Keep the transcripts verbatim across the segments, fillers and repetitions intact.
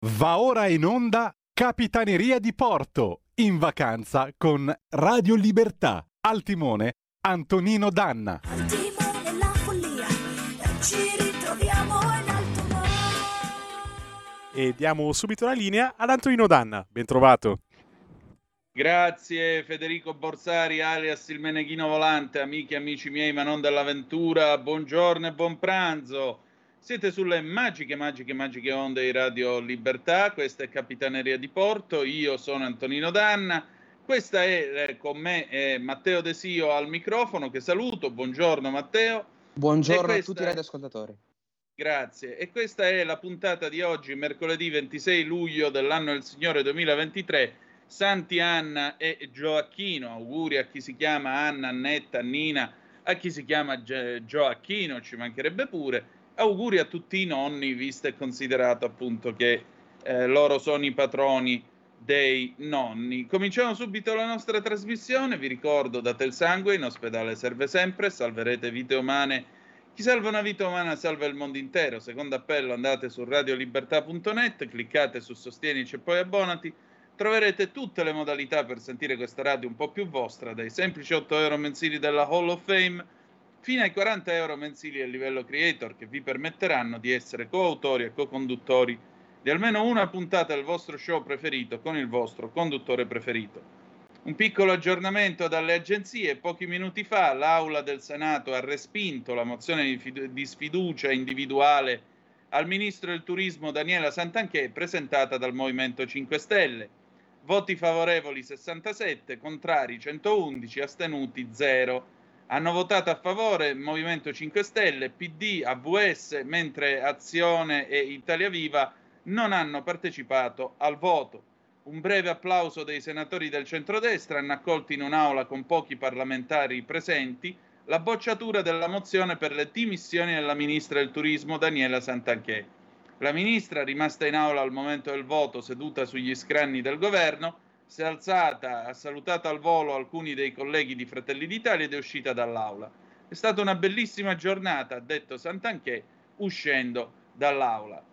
Va ora in onda Capitaneria di Porto, in vacanza con Radio Libertà. Al timone Antonino Danna. Al timone la follia, ci ritroviamo in alto mare. E diamo subito la linea ad Antonino Danna. Ben trovato. Grazie Federico Borsari, alias il Meneghino Volante, amiche e amici miei ma non dell'avventura, buongiorno e buon pranzo. Siete sulle magiche, magiche, magiche onde di Radio Libertà, questa è Capitaneria di Porto, io sono Antonino Danna, questa è eh, con me eh, Matteo Desio al microfono, che saluto, buongiorno Matteo. Buongiorno a tutti i radioascoltatori. Grazie, e questa è la puntata di oggi, mercoledì ventisei luglio dell'anno del Signore duemilaventitré, Santi Anna e Gioacchino, auguri a chi si chiama Anna, Annetta, Annina, a chi si chiama G- Gioacchino, ci mancherebbe pure. Auguri a tutti i nonni, visto e considerato appunto che eh, loro sono i patroni dei nonni. Cominciamo subito la nostra trasmissione. Vi ricordo, date il sangue, in ospedale serve sempre, salverete vite umane. Chi salva una vita umana salva il mondo intero. Secondo appello, andate su radiolibertà punto net, cliccate su Sostienici e poi abbonati. Troverete tutte le modalità per sentire questa radio un po' più vostra, dai semplici otto euro mensili della Hall of Fame fino ai quaranta euro mensili a livello creator, che vi permetteranno di essere coautori e co-conduttori di almeno una puntata del vostro show preferito con il vostro conduttore preferito. Un piccolo aggiornamento dalle agenzie: pochi minuti fa l'Aula del Senato ha respinto la mozione di, fidu- di sfiducia individuale al ministro del turismo Daniela Santanchè presentata dal Movimento cinque Stelle. Voti favorevoli sessantasette, contrari centoundici, astenuti zero. Hanno votato a favore Movimento cinque Stelle, P D, A V S, mentre Azione e Italia Viva non hanno partecipato al voto. Un breve applauso dei senatori del centrodestra hanno accolto in un'aula con pochi parlamentari presenti la bocciatura della mozione per le dimissioni della ministra del turismo Daniela Santanchè. La ministra, rimasta in aula al momento del voto seduta sugli scranni del governo, si è alzata, ha salutato al volo alcuni dei colleghi di Fratelli d'Italia ed è uscita dall'aula. È stata una bellissima giornata, ha detto Santanchè, uscendo dall'aula.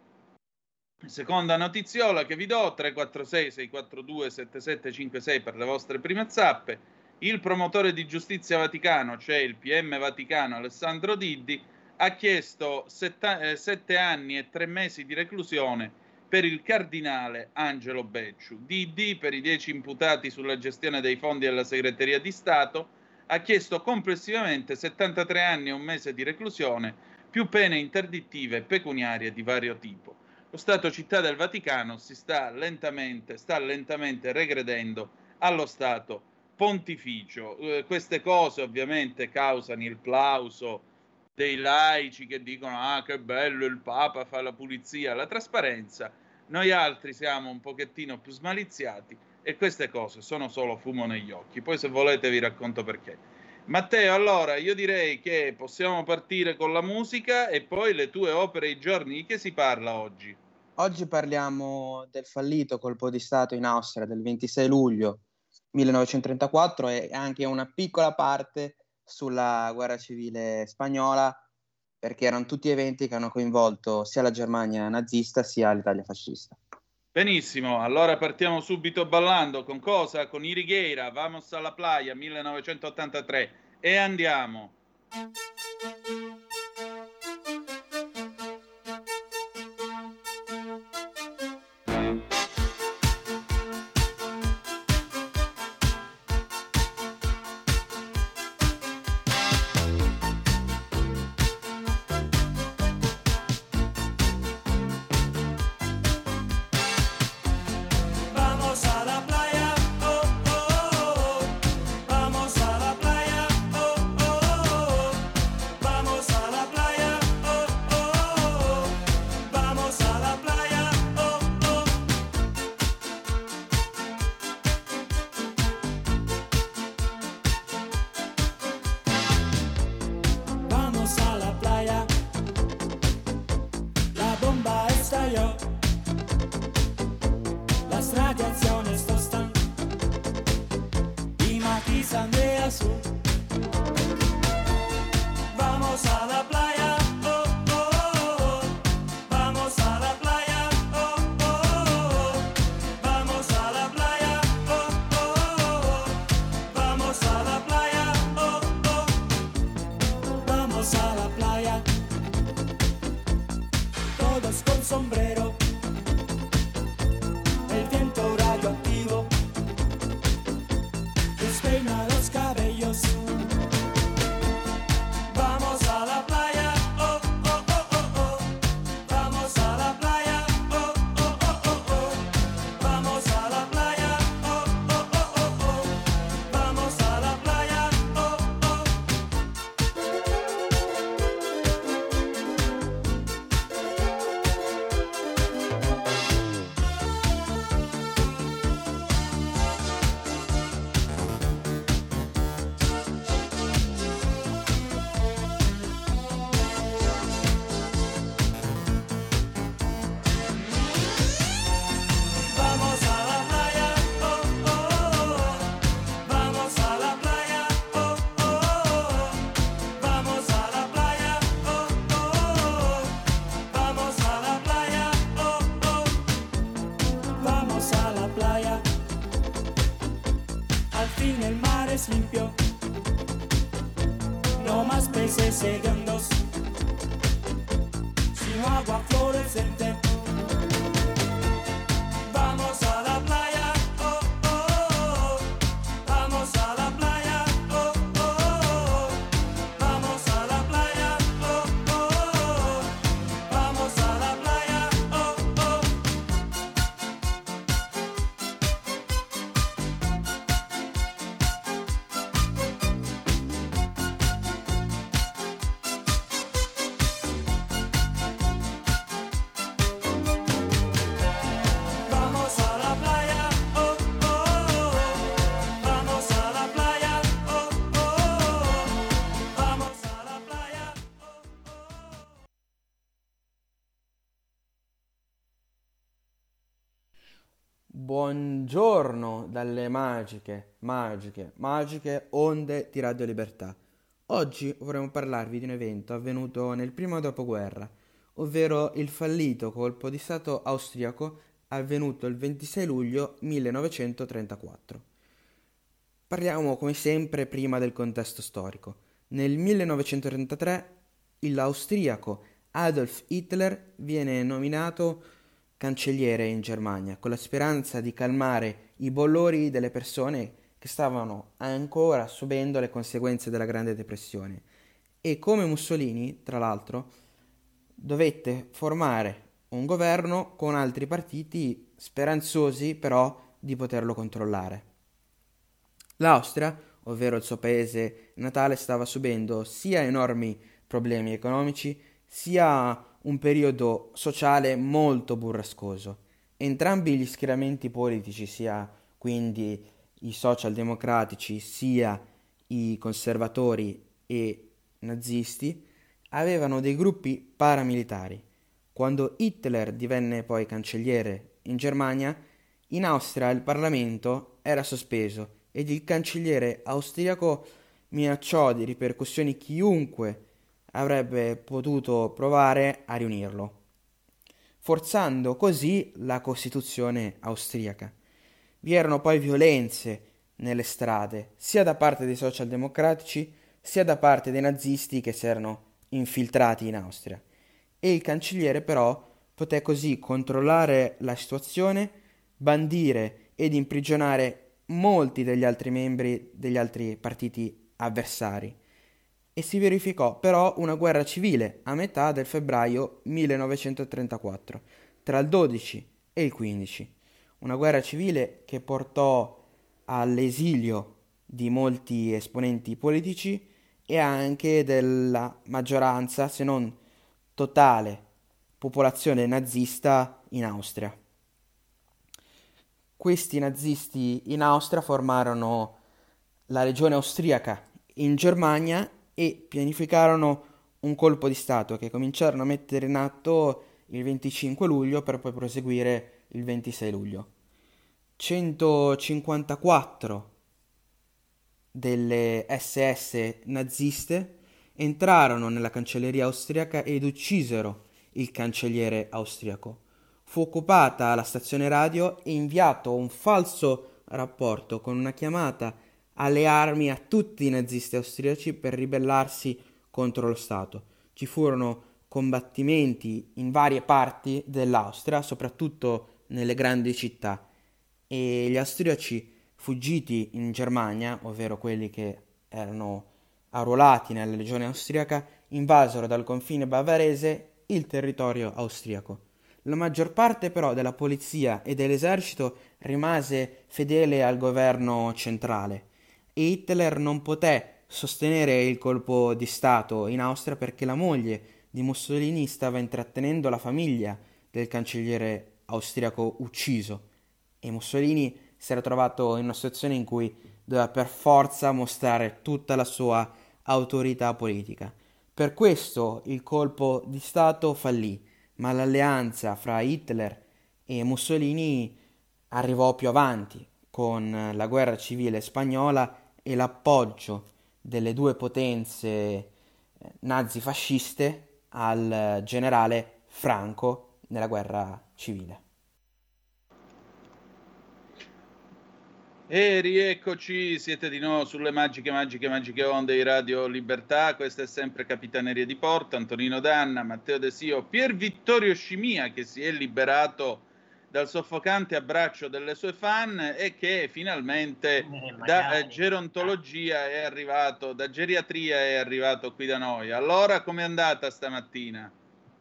Seconda notiziola che vi do, tre quattro sei sei quattro due sette sette cinque sei per le vostre prime zappe. Il promotore di giustizia Vaticano, cioè il P M Vaticano Alessandro Diddi, ha chiesto setta, eh, sette anni e tre mesi di reclusione per il cardinale Angelo Becciu. Diddi, per i dieci imputati sulla gestione dei fondi della Segreteria di Stato, ha chiesto complessivamente settantatré anni e un mese di reclusione, più pene interdittive pecuniarie di vario tipo. Lo Stato Città del Vaticano si sta lentamente, sta lentamente regredendo allo Stato Pontificio. Eh, queste cose ovviamente causano il plauso dei laici che dicono ah che bello il Papa fa la pulizia, la trasparenza. Noi altri siamo un pochettino più smaliziati e queste cose sono solo fumo negli occhi. Poi se volete vi racconto perché. Matteo, allora io direi che possiamo partire con la musica e poi le tue opere e i giorni. Di che si parla oggi? Oggi parliamo del fallito colpo di Stato in Austria del ventisei luglio millenovecentotrentaquattro e anche una piccola parte sulla guerra civile spagnola, perché erano tutti eventi che hanno coinvolto sia la Germania nazista sia l'Italia fascista. Benissimo, allora partiamo subito ballando. Con cosa? Con Irigheira, Vamos alla Playa, millenovecentottantatré, e andiamo. Vamos mares limpio, no más peces hediondos, sino agua fluorescente. Vamos a la playa, oh, oh, oh. Vamos a la playa, oh, oh, oh. Vamos a la playa, oh, oh, oh. Vamos a la playa, oh, oh. Vamos a la playa, oh, oh, oh. Vamos a la playa, oh, oh, oh. Vamos a la playa, oh, oh. Buongiorno dalle magiche, magiche, magiche onde di Radio Libertà. Oggi vorremmo parlarvi di un evento avvenuto nel primo dopoguerra, ovvero il fallito colpo di stato austriaco avvenuto il ventisei luglio millenovecentotrentaquattro. Parliamo come sempre prima del contesto storico. Nel millenovecentotrentatré l'austriaco Adolf Hitler viene nominato cancelliere in Germania con la speranza di calmare i bollori delle persone che stavano ancora subendo le conseguenze della Grande Depressione e come Mussolini, tra l'altro, dovette formare un governo con altri partiti speranzosi però di poterlo controllare. L'Austria, ovvero il suo paese natale, stava subendo sia enormi problemi economici sia un periodo sociale molto burrascoso. Entrambi gli schieramenti politici, sia quindi i socialdemocratici sia i conservatori e nazisti, avevano dei gruppi paramilitari. Quando Hitler divenne poi cancelliere in Germania, in Austria il Parlamento era sospeso ed il cancelliere austriaco minacciò di ripercussioni chiunque avrebbe potuto provare a riunirlo, forzando così la Costituzione austriaca. Vi erano poi violenze nelle strade, sia da parte dei socialdemocratici sia da parte dei nazisti che si erano infiltrati in Austria. E il cancelliere però poté così controllare la situazione, bandire ed imprigionare molti degli altri membri degli altri partiti avversari. E si verificò però una guerra civile a metà del febbraio millenovecentotrentaquattro, tra il dodici e il quindici. Una guerra civile che portò all'esilio di molti esponenti politici e anche della maggioranza, se non totale, popolazione nazista in Austria. Questi nazisti in Austria formarono la Legione Austriaca in Germania e pianificarono un colpo di stato che cominciarono a mettere in atto il venticinque luglio per poi proseguire il ventisei luglio. centocinquantaquattro delle esse esse naziste entrarono nella cancelleria austriaca ed uccisero il cancelliere austriaco. Fu occupata la stazione radio e inviato un falso rapporto con una chiamata alle armi a tutti i nazisti austriaci per ribellarsi contro lo Stato. Ci furono combattimenti in varie parti dell'Austria, soprattutto nelle grandi città, e gli austriaci fuggiti in Germania, ovvero quelli che erano arruolati nella legione austriaca, invasero dal confine bavarese il territorio austriaco. La maggior parte però della polizia e dell'esercito rimase fedele al governo centrale e Hitler non poté sostenere il colpo di stato in Austria perché la moglie di Mussolini stava intrattenendo la famiglia del cancelliere austriaco ucciso e Mussolini si era trovato in una situazione in cui doveva per forza mostrare tutta la sua autorità politica. Per questo il colpo di stato fallì, ma l'alleanza fra Hitler e Mussolini arrivò più avanti con la guerra civile spagnola e l'appoggio delle due potenze nazifasciste al generale Franco nella guerra civile. E rieccoci, siete di nuovo sulle magiche, magiche, magiche onde di Radio Libertà. Questa è sempre Capitaneria di Porto. Antonino Danna, Matteo De Sio, Pier Vittorio Scimia, che si è liberato dal soffocante abbraccio delle sue fan e che finalmente Eh, da magari. eh, gerontologia è arrivato, da geriatria è arrivato qui da noi. Allora, com'è andata stamattina?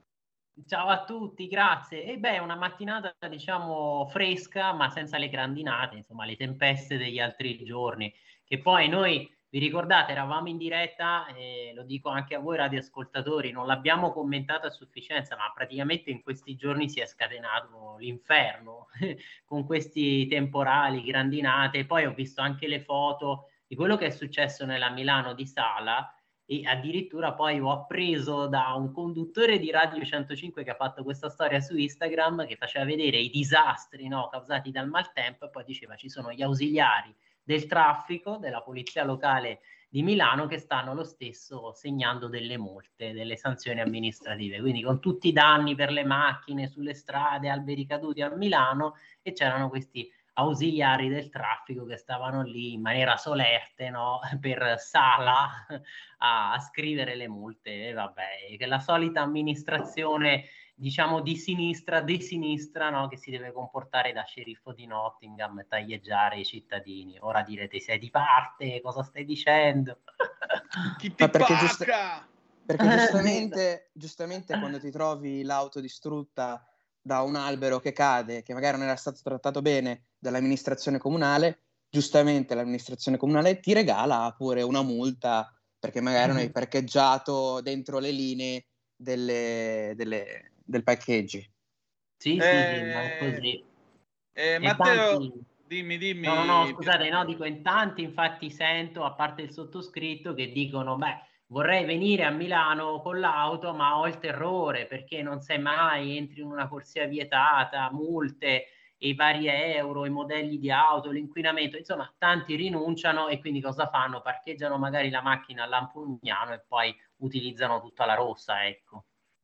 Ciao a tutti, grazie. E beh, una mattinata diciamo fresca, ma senza le grandinate, insomma, le tempeste degli altri giorni. Che poi noi, vi ricordate, eravamo in diretta, e lo dico anche a voi radioascoltatori, non l'abbiamo commentato a sufficienza, ma praticamente in questi giorni si è scatenato l'inferno con questi temporali, grandinate. Poi ho visto anche le foto di quello che è successo nella Milano di Sala. E addirittura poi ho appreso da un conduttore di Radio centocinque che ha fatto questa storia su Instagram, che faceva vedere i disastri, no, causati dal maltempo, e poi diceva ci sono gli ausiliari del traffico della polizia locale di Milano che stanno lo stesso segnando delle multe, delle sanzioni amministrative, quindi con tutti i danni per le macchine sulle strade, alberi caduti a Milano, e c'erano questi ausiliari del traffico che stavano lì in maniera solerte, no, per Sala a, a scrivere le multe. E vabbè, che la solita amministrazione, diciamo, di sinistra, di sinistra, no, che si deve comportare da sceriffo di Nottingham e taglieggiare i cittadini. Ora direte, sei di parte, cosa stai dicendo? Chi ti Ma perché pacca? giusta- Perché giustamente, giustamente quando ti trovi l'auto distrutta da un albero che cade, che magari non era stato trattato bene dall'amministrazione comunale, giustamente l'amministrazione comunale ti regala pure una multa perché magari non hai parcheggiato dentro le linee delle, delle, del parcheggi. Sì, sì, sì, ma è Eh, così. eh, E Matteo, tanti... dimmi, dimmi. No, no, no, scusate, no, dico in tanti, infatti sento, a parte il sottoscritto, che dicono, beh, vorrei venire a Milano con l'auto, ma ho il terrore, perché non sai mai, entri in una corsia vietata, multe, i vari euro, i modelli di auto, l'inquinamento, insomma, tanti rinunciano e quindi cosa fanno? Parcheggiano magari la macchina a Lampugnano e poi utilizzano tutta la rossa, ecco.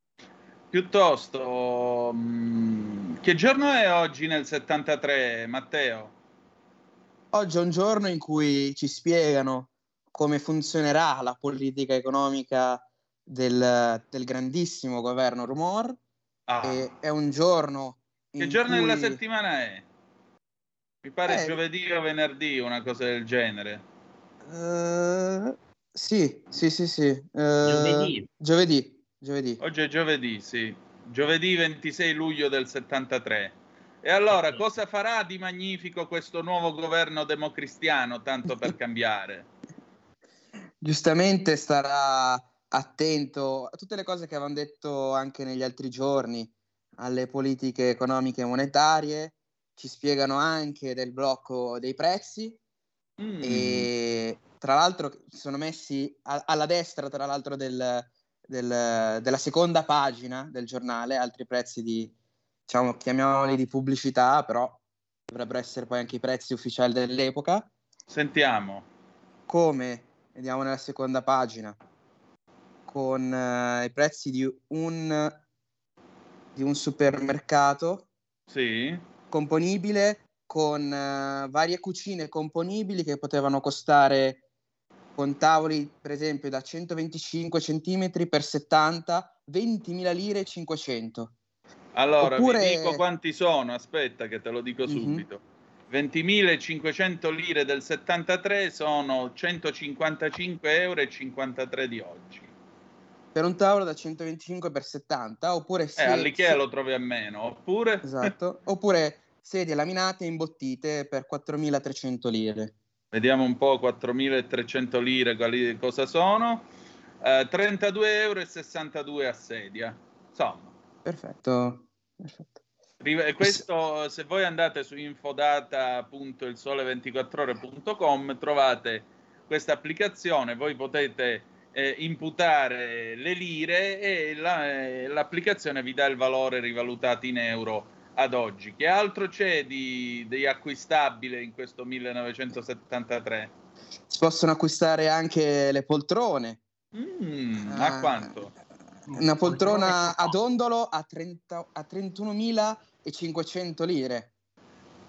Piuttosto, mh, che giorno è oggi nel settantatré, Matteo? Oggi è un giorno in cui ci spiegano come funzionerà la politica economica del, del grandissimo governo Rumor. Ah. E è un giorno Che in giorno cui... della settimana è? Mi pare Eh, giovedì o venerdì, una cosa del genere. eh, sì, sì, sì, sì. eh, Giovedì. Giovedì, giovedì. Oggi è giovedì, sì. Giovedì ventisei luglio del settantatré. E allora, Sì. cosa farà di magnifico questo nuovo governo democristiano, tanto per cambiare? Giustamente starà attento a tutte le cose che avevano detto anche negli altri giorni, alle politiche economiche e monetarie. Ci spiegano anche del blocco dei prezzi. Mm. E tra l'altro sono messi a- alla destra, tra l'altro, del, del- della seconda pagina del giornale, altri prezzi di, diciamo, chiamiamoli di pubblicità, però dovrebbero essere poi anche i prezzi ufficiali dell'epoca, Sentiamo. come vediamo nella seconda pagina, con eh, i prezzi di un, di un supermercato Sì. componibile, con eh, varie cucine componibili che potevano costare, con tavoli per esempio da centoventicinque centimetri per settanta, ventimila lire e cinquecento. Allora, Oppure... vi dico quanti sono, aspetta che te lo dico Mhm. subito. ventimilacinquecento lire del settantatré sono centocinquantacinque euro e cinquantatré di oggi. Per un tavolo da centoventicinque per settanta, oppure Eh, se- all'Ikea se- lo trovi a meno, oppure... esatto, oppure sedie laminate imbottite per quattromilatrecento lire. Vediamo un po' quattromilatrecento lire quali, cosa sono. Eh, trentadue euro e sessantadue a sedia. Insomma, Perfetto, perfetto. rive- questo, se voi andate su infodata punto il sole ventiquattro ore punto com trovate questa applicazione, voi potete eh, imputare le lire e la- eh, l'applicazione vi dà il valore rivalutato in euro ad oggi. Che altro c'è di, di acquistabile in questo millenovecentosettantatré? Si possono acquistare anche le poltrone. Mm, Eh, a quanto? Una poltrona a dondolo a, trenta, a trentunomilacinquecento lire.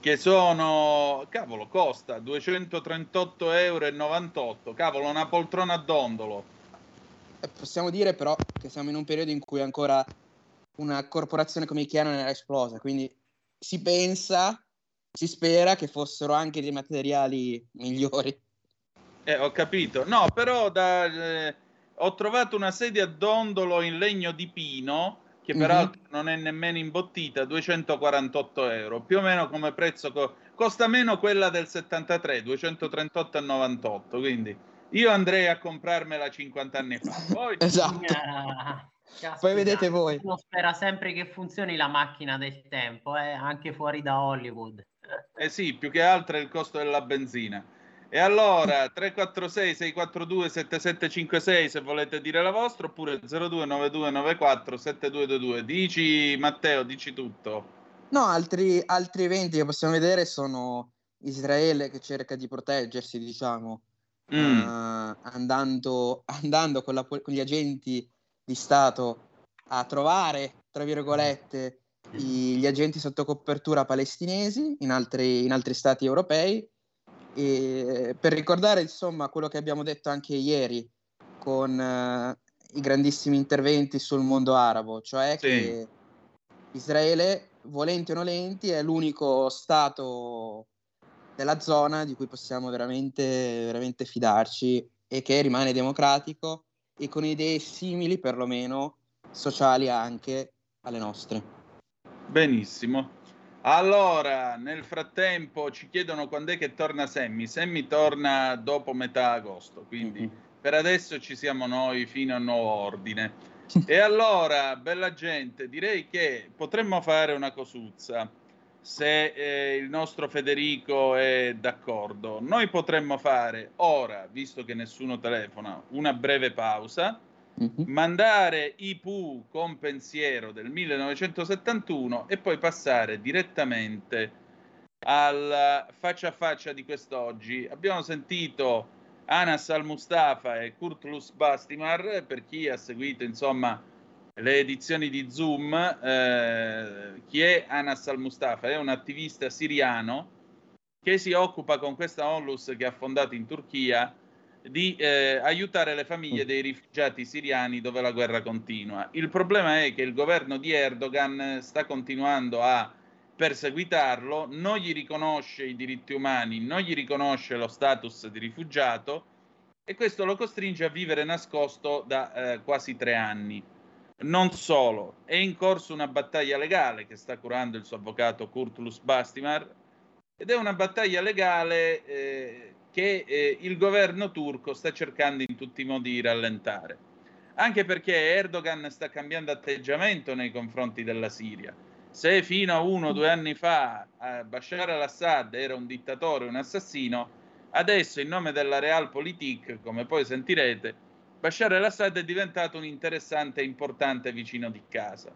che sono, cavolo, costa duecentotrentotto euro e novantotto, cavolo, una poltrona a dondolo. Eh, Possiamo dire però che siamo in un periodo in cui ancora una corporazione come Ikea non era esplosa, quindi si pensa, si spera che fossero anche dei materiali migliori. Eh, ho capito. No, però da, eh, ho trovato una sedia a dondolo in legno di pino, che Mhm. peraltro non è nemmeno imbottita, duecentoquarantotto euro, più o meno come prezzo, co- costa meno quella del settantatré, duecentotrentotto e novantotto, quindi io andrei a comprarmela cinquanta anni fa. Poi Esatto. Ah, caspita. Poi vedete voi. Uno spera sempre che funzioni la macchina del tempo, eh, anche fuori da Hollywood. Eh sì, più che altro è il costo della benzina. E allora tre quattro sei sei quattro due sette sette cinque sei se volete dire la vostra, oppure zero due nove due nove quattro sette due due due. Dici Matteo, dici tutto. No, altri, altri eventi che possiamo vedere sono Israele che cerca di proteggersi, diciamo, Mm. eh, andando, andando con, la pol- con gli agenti di Stato a trovare, tra virgolette, i- gli agenti sotto copertura palestinesi in altri, in altri stati europei. E per ricordare, insomma, quello che abbiamo detto anche ieri con eh, i grandissimi interventi sul mondo arabo, cioè Sì. che Israele, volenti o nolenti, è l'unico stato della zona di cui possiamo veramente, veramente fidarci e che rimane democratico e con idee simili, perlomeno sociali anche alle nostre. Benissimo. Allora, nel frattempo ci chiedono quando è che torna Sammy. Sammy torna dopo metà agosto, quindi Mhm. per adesso ci siamo noi fino a nuovo ordine. E allora, bella gente, direi che potremmo fare una cosuzza, se eh, il nostro Federico è d'accordo. Noi potremmo fare ora, visto che nessuno telefona, una breve pausa, Mhm. mandare I P U con pensiero del millenovecentosettantuno e poi passare direttamente al faccia a faccia di quest'oggi. Abbiamo sentito Anas Al-Mustafa e Kurtulus Bastimar. Per chi ha seguito insomma le edizioni di Zoom, eh, chi è Anas Al-Mustafa? È un attivista siriano che si occupa con questa onlus che ha fondato in Turchia di eh, aiutare le famiglie dei rifugiati siriani dove la guerra continua. Il problema è che il governo di Erdogan sta continuando a perseguitarlo, non gli riconosce i diritti umani, non gli riconosce lo status di rifugiato e questo lo costringe a vivere nascosto da eh, quasi tre anni. Non solo, è in corso una battaglia legale che sta curando il suo avvocato Kurtulus Bastimar ed è una battaglia legale eh, che eh, il governo turco sta cercando in tutti i modi di rallentare, anche perché Erdogan sta cambiando atteggiamento nei confronti della Siria. Se fino a uno o due anni fa eh, Bashar al-Assad era un dittatore, un assassino, adesso in nome della Realpolitik, come poi sentirete, Bashar al-Assad è diventato un interessante e importante vicino di casa.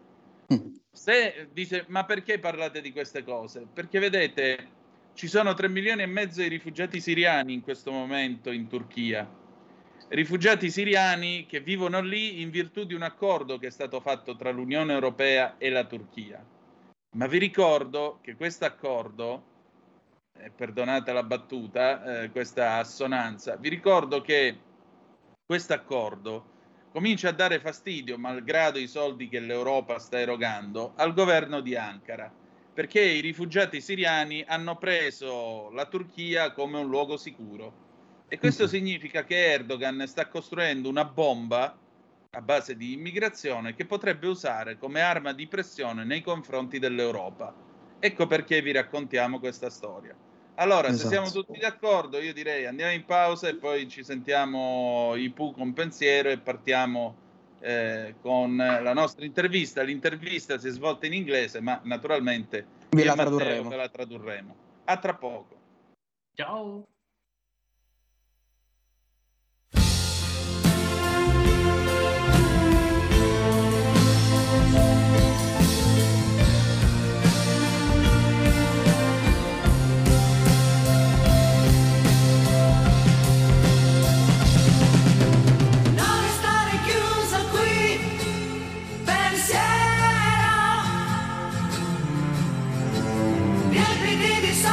Se dice, ma perché parlate di queste cose? Perché vedete, ci sono tre milioni e mezzo di rifugiati siriani in questo momento in Turchia. Rifugiati siriani che vivono lì in virtù di un accordo che è stato fatto tra l'Unione Europea e la Turchia. Ma vi ricordo che questo accordo, eh, perdonate la battuta, eh, questa assonanza, vi ricordo che questo accordo comincia a dare fastidio, malgrado i soldi che l'Europa sta erogando, al governo di Ankara, perché i rifugiati siriani hanno preso la Turchia come un luogo sicuro. E questo significa che Erdogan sta costruendo una bomba a base di immigrazione che potrebbe usare come arma di pressione nei confronti dell'Europa. Ecco perché vi raccontiamo questa storia. Allora, Esatto. se siamo tutti d'accordo, io direi andiamo in pausa e poi ci sentiamo I P U con pensiero e partiamo eh, con la nostra intervista. L'intervista si è svolta in inglese, ma naturalmente Ve io la e Matteo tradurremo. ve la tradurremo. A tra poco. Ciao. Non restare chiuso qui, pensiero, riempiti di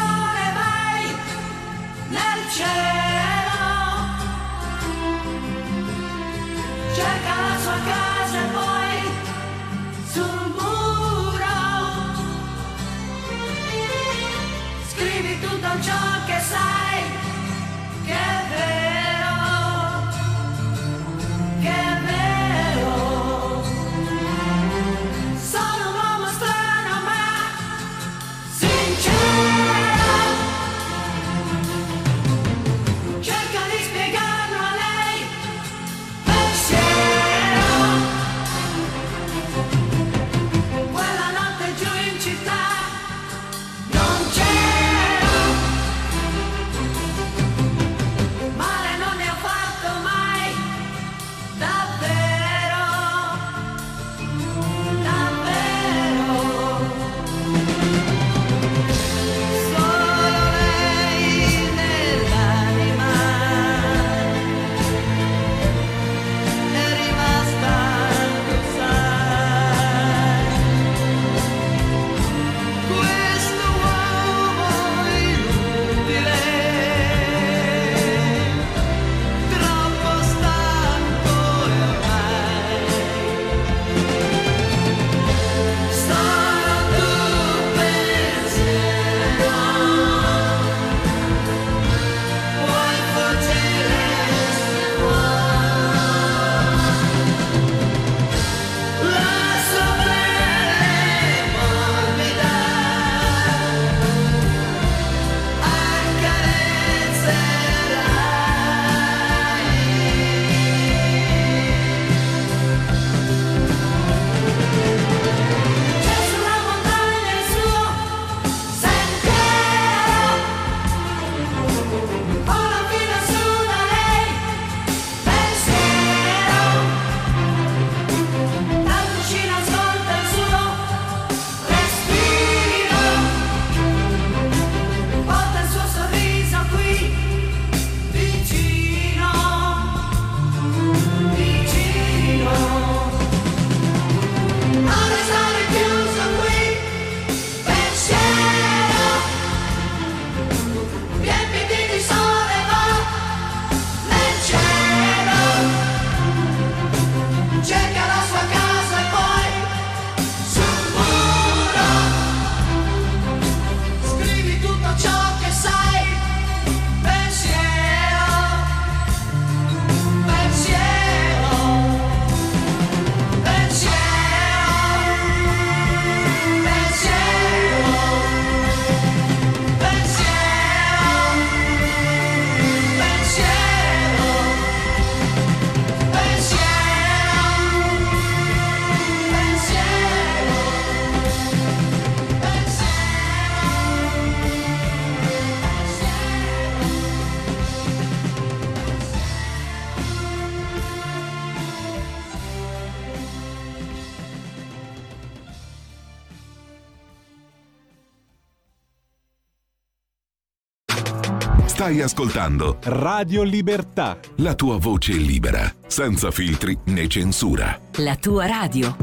Stai ascoltando Radio Libertà. la tua voce libera, senza filtri né censura. La tua radio.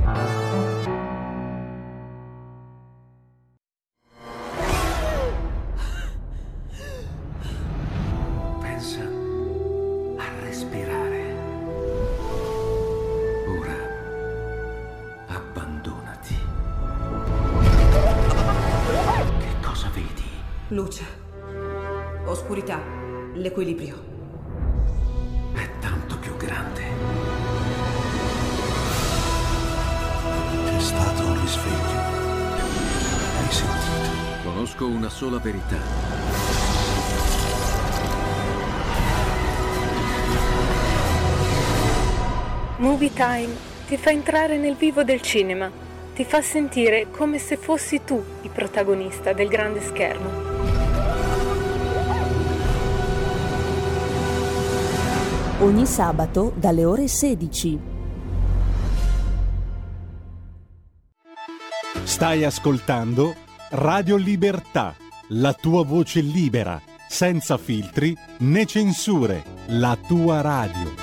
Pensa a respirare. Ora abbandonati. Che cosa vedi? Luce. Oscurità. L'equilibrio. È tanto più grande. C'è stato un risveglio. Hai sentito? Conosco una sola verità. Movie Time ti fa entrare nel vivo del cinema, ti fa sentire come se fossi tu il protagonista del grande schermo. Ogni sabato dalle ore sedici. Stai ascoltando Radio Libertà, la tua voce libera, senza filtri né censure, la tua radio.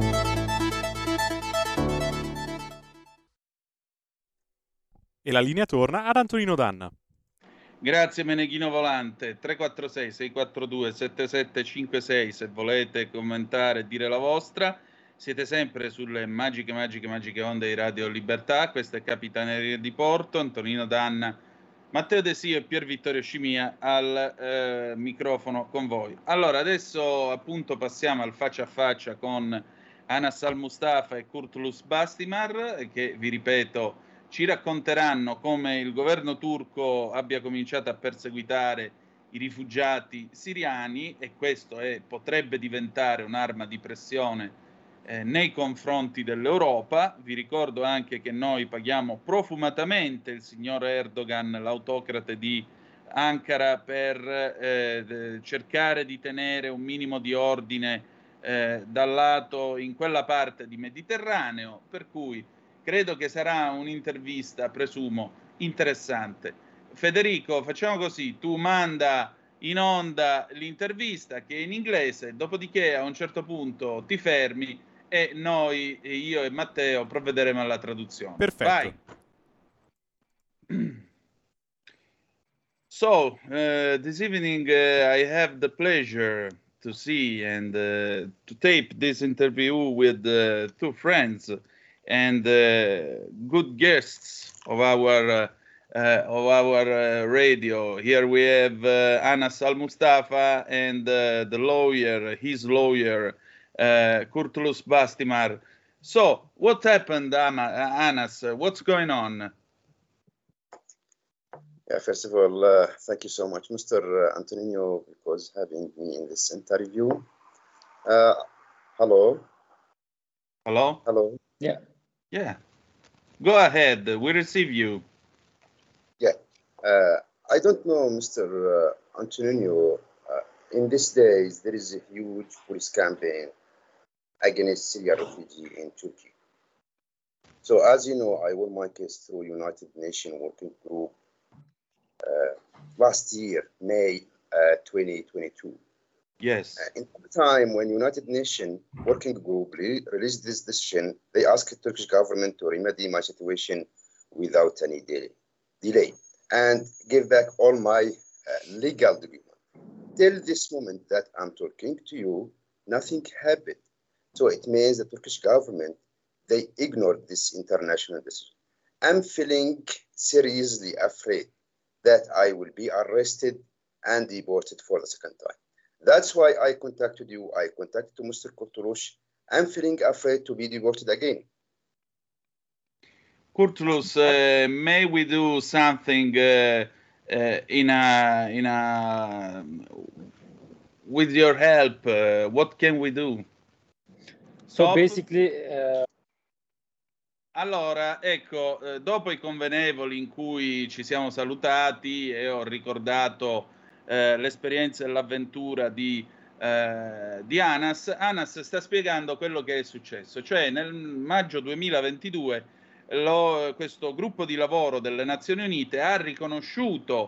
E la linea torna ad Antonino Danna. Grazie Meneghino Volante. Tre quattro sei sei quattro due sette sette cinque sei se volete commentare e dire la vostra. Siete sempre sulle magiche, magiche, magiche onde di Radio Libertà. Questa è Capitaneria di Porto. Antonino Danna, Matteo De Sio e Pier Vittorio Scimia al eh, microfono con voi. Allora, adesso appunto passiamo al faccia a faccia con Anas Al-Mustafa e Kurtulus Bastimar, che vi ripeto ci racconteranno come il governo turco abbia cominciato a perseguitare i rifugiati siriani, e questo è, potrebbe diventare un'arma di pressione eh, nei confronti dell'Europa. Vi ricordo anche che noi paghiamo profumatamente il signor Erdogan, l'autocrate di Ankara, per eh, cercare di tenere un minimo di ordine eh, dal lato in quella parte di Mediterraneo, per cui credo che sarà un'intervista, presumo, interessante. Federico, facciamo così, tu manda in onda l'intervista che è in inglese, dopodiché a un certo punto ti fermi e noi, io e Matteo, provvederemo alla traduzione. Perfetto. Vai. So, uh, this evening uh, I have the pleasure to see and uh, to tape this interview with uh, two friends and uh, good guests of our uh, uh, of our uh, radio. Here we have uh, Anas Al-Mustafa and uh, the lawyer, his lawyer, uh, Kurtulus Bastimar. So, what happened, Ama- Anas? What's going on? Yeah, first of all, uh, thank you so much, Mister Antonino, because having me in this interview. Uh, hello. Hello. Hello. Yeah. Yeah. Go ahead. We receive you. Yeah. Uh, I don't know, Mister Uh, Antonino. Uh, in these days, there is a huge police campaign against Syrian refugees in Turkey. So, as you know, I won my case through United Nations Working Group uh, last year, May uh, twenty twenty-two. Yes. Uh, in the time when United Nations Working Group re- released this decision, they asked the Turkish government to remedy my situation without any delay, delay and give back all my uh, legal documents. Till this moment that I'm talking to you, nothing happened. So it means the Turkish government, they ignored this international decision. I'm feeling seriously afraid that I will be arrested and deported for the second time. That's why I contacted you. I contacted Mister Kurtulus. I'm feeling afraid to be deported again. Kurtulus, uh, may we do something uh, uh, in a in a with your help? Uh, what can we do? So Top? basically. Uh... Allora, ecco, eh, dopo i convenevoli in cui ci siamo salutati e ho ricordato Eh, l'esperienza e l'avventura di, eh, di Anas, Anas sta spiegando quello che è successo. Cioè nel maggio duemilaventidue lo, questo gruppo di lavoro delle Nazioni Unite ha riconosciuto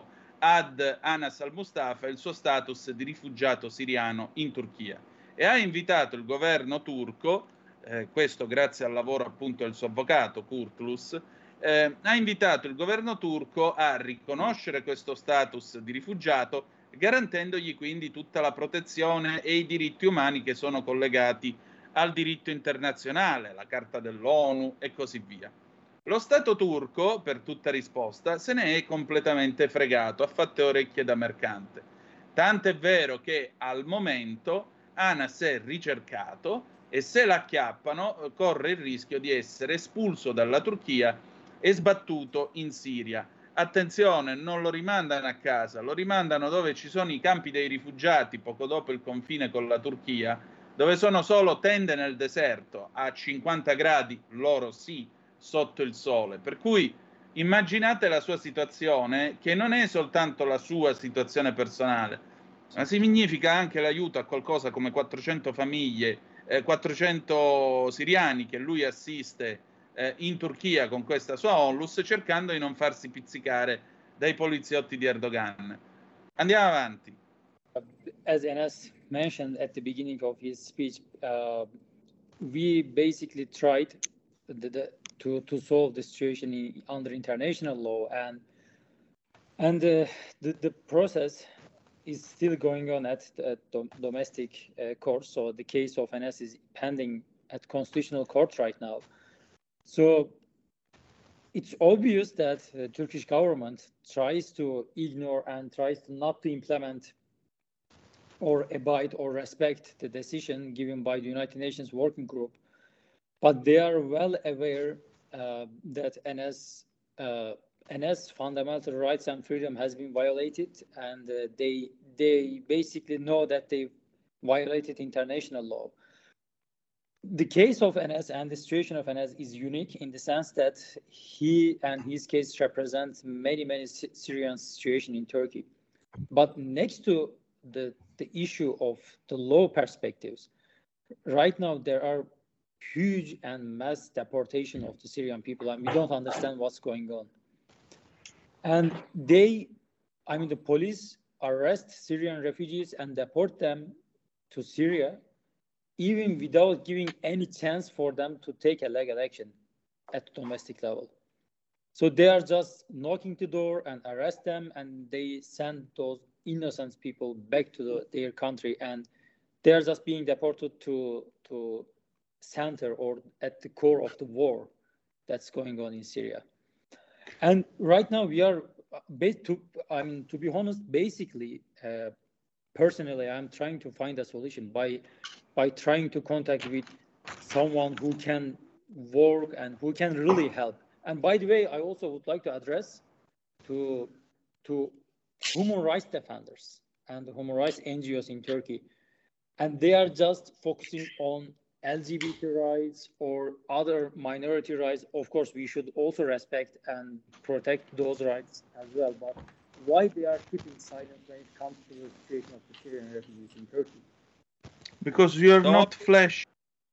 ad Anas al-Mustafa il suo status di rifugiato siriano in Turchia e ha invitato il governo turco, eh, questo grazie al lavoro appunto del suo avvocato Kurtulus, eh, ha invitato il governo turco a riconoscere questo status di rifugiato, garantendogli quindi tutta la protezione e i diritti umani che sono collegati al diritto internazionale, la Carta dell'ONU e così via. Lo Stato turco, per tutta risposta, se ne è completamente fregato, ha fatto orecchie da mercante. Tanto è vero che al momento Anas è ricercato e se l'acchiappano corre il rischio di essere espulso dalla Turchia e sbattuto in Siria. Attenzione, non lo rimandano a casa, lo rimandano dove ci sono i campi dei rifugiati, poco dopo il confine con la Turchia, dove sono solo tende nel deserto, a cinquanta gradi, loro sì, sotto il sole. Per cui immaginate la sua situazione, che non è soltanto la sua situazione personale, ma significa anche l'aiuto a qualcosa come quattrocento famiglie, eh, quattrocento siriani che lui assiste eh, in Turchia con questa sua onlus, cercando di non farsi pizzicare dai poliziotti di Erdogan. Andiamo avanti. As Enes mentioned at the beginning of his speech, uh, we basically tried the, the, to to solve the situation in, under international law, and and uh, the the process is still going on at, at dom- domestic uh, court. So the case of Enes is pending at constitutional court right now. So it's obvious that the Turkish government tries to ignore and tries to not to implement or abide or respect the decision given by the United Nations Working Group. But they are well aware uh, that Enes, uh, Enes fundamental rights and freedom has been violated, and uh, they they basically know that they violated international law. The case of Enes and the situation of Enes is unique in the sense that he and his case represent many, many Syrian situation in Turkey. But next to the, the issue of the law perspectives, right now there are huge and mass deportation of the Syrian people, and we don't understand what's going on. And they, I mean, the police arrest Syrian refugees and deport them to Syria, even without giving any chance for them to take a legal action at domestic level. So they are just knocking the door and arrest them, and they send those innocent people back to the, their country, and they are just being deported to to center or at the core of the war that's going on in Syria. And right now we are, to, I mean, to be honest, basically, uh, personally, I'm trying to find a solution by by trying to contact with someone who can work and who can really help. And by the way, I also would like to address to to human rights defenders and the human rights N G Os in Turkey. And they are just focusing on L G B T rights or other minority rights. Of course, we should also respect and protect those rights as well. But why they are keeping silent when it comes to the situation of the Syrian refugees in Turkey? Because you are Stop. not flesh.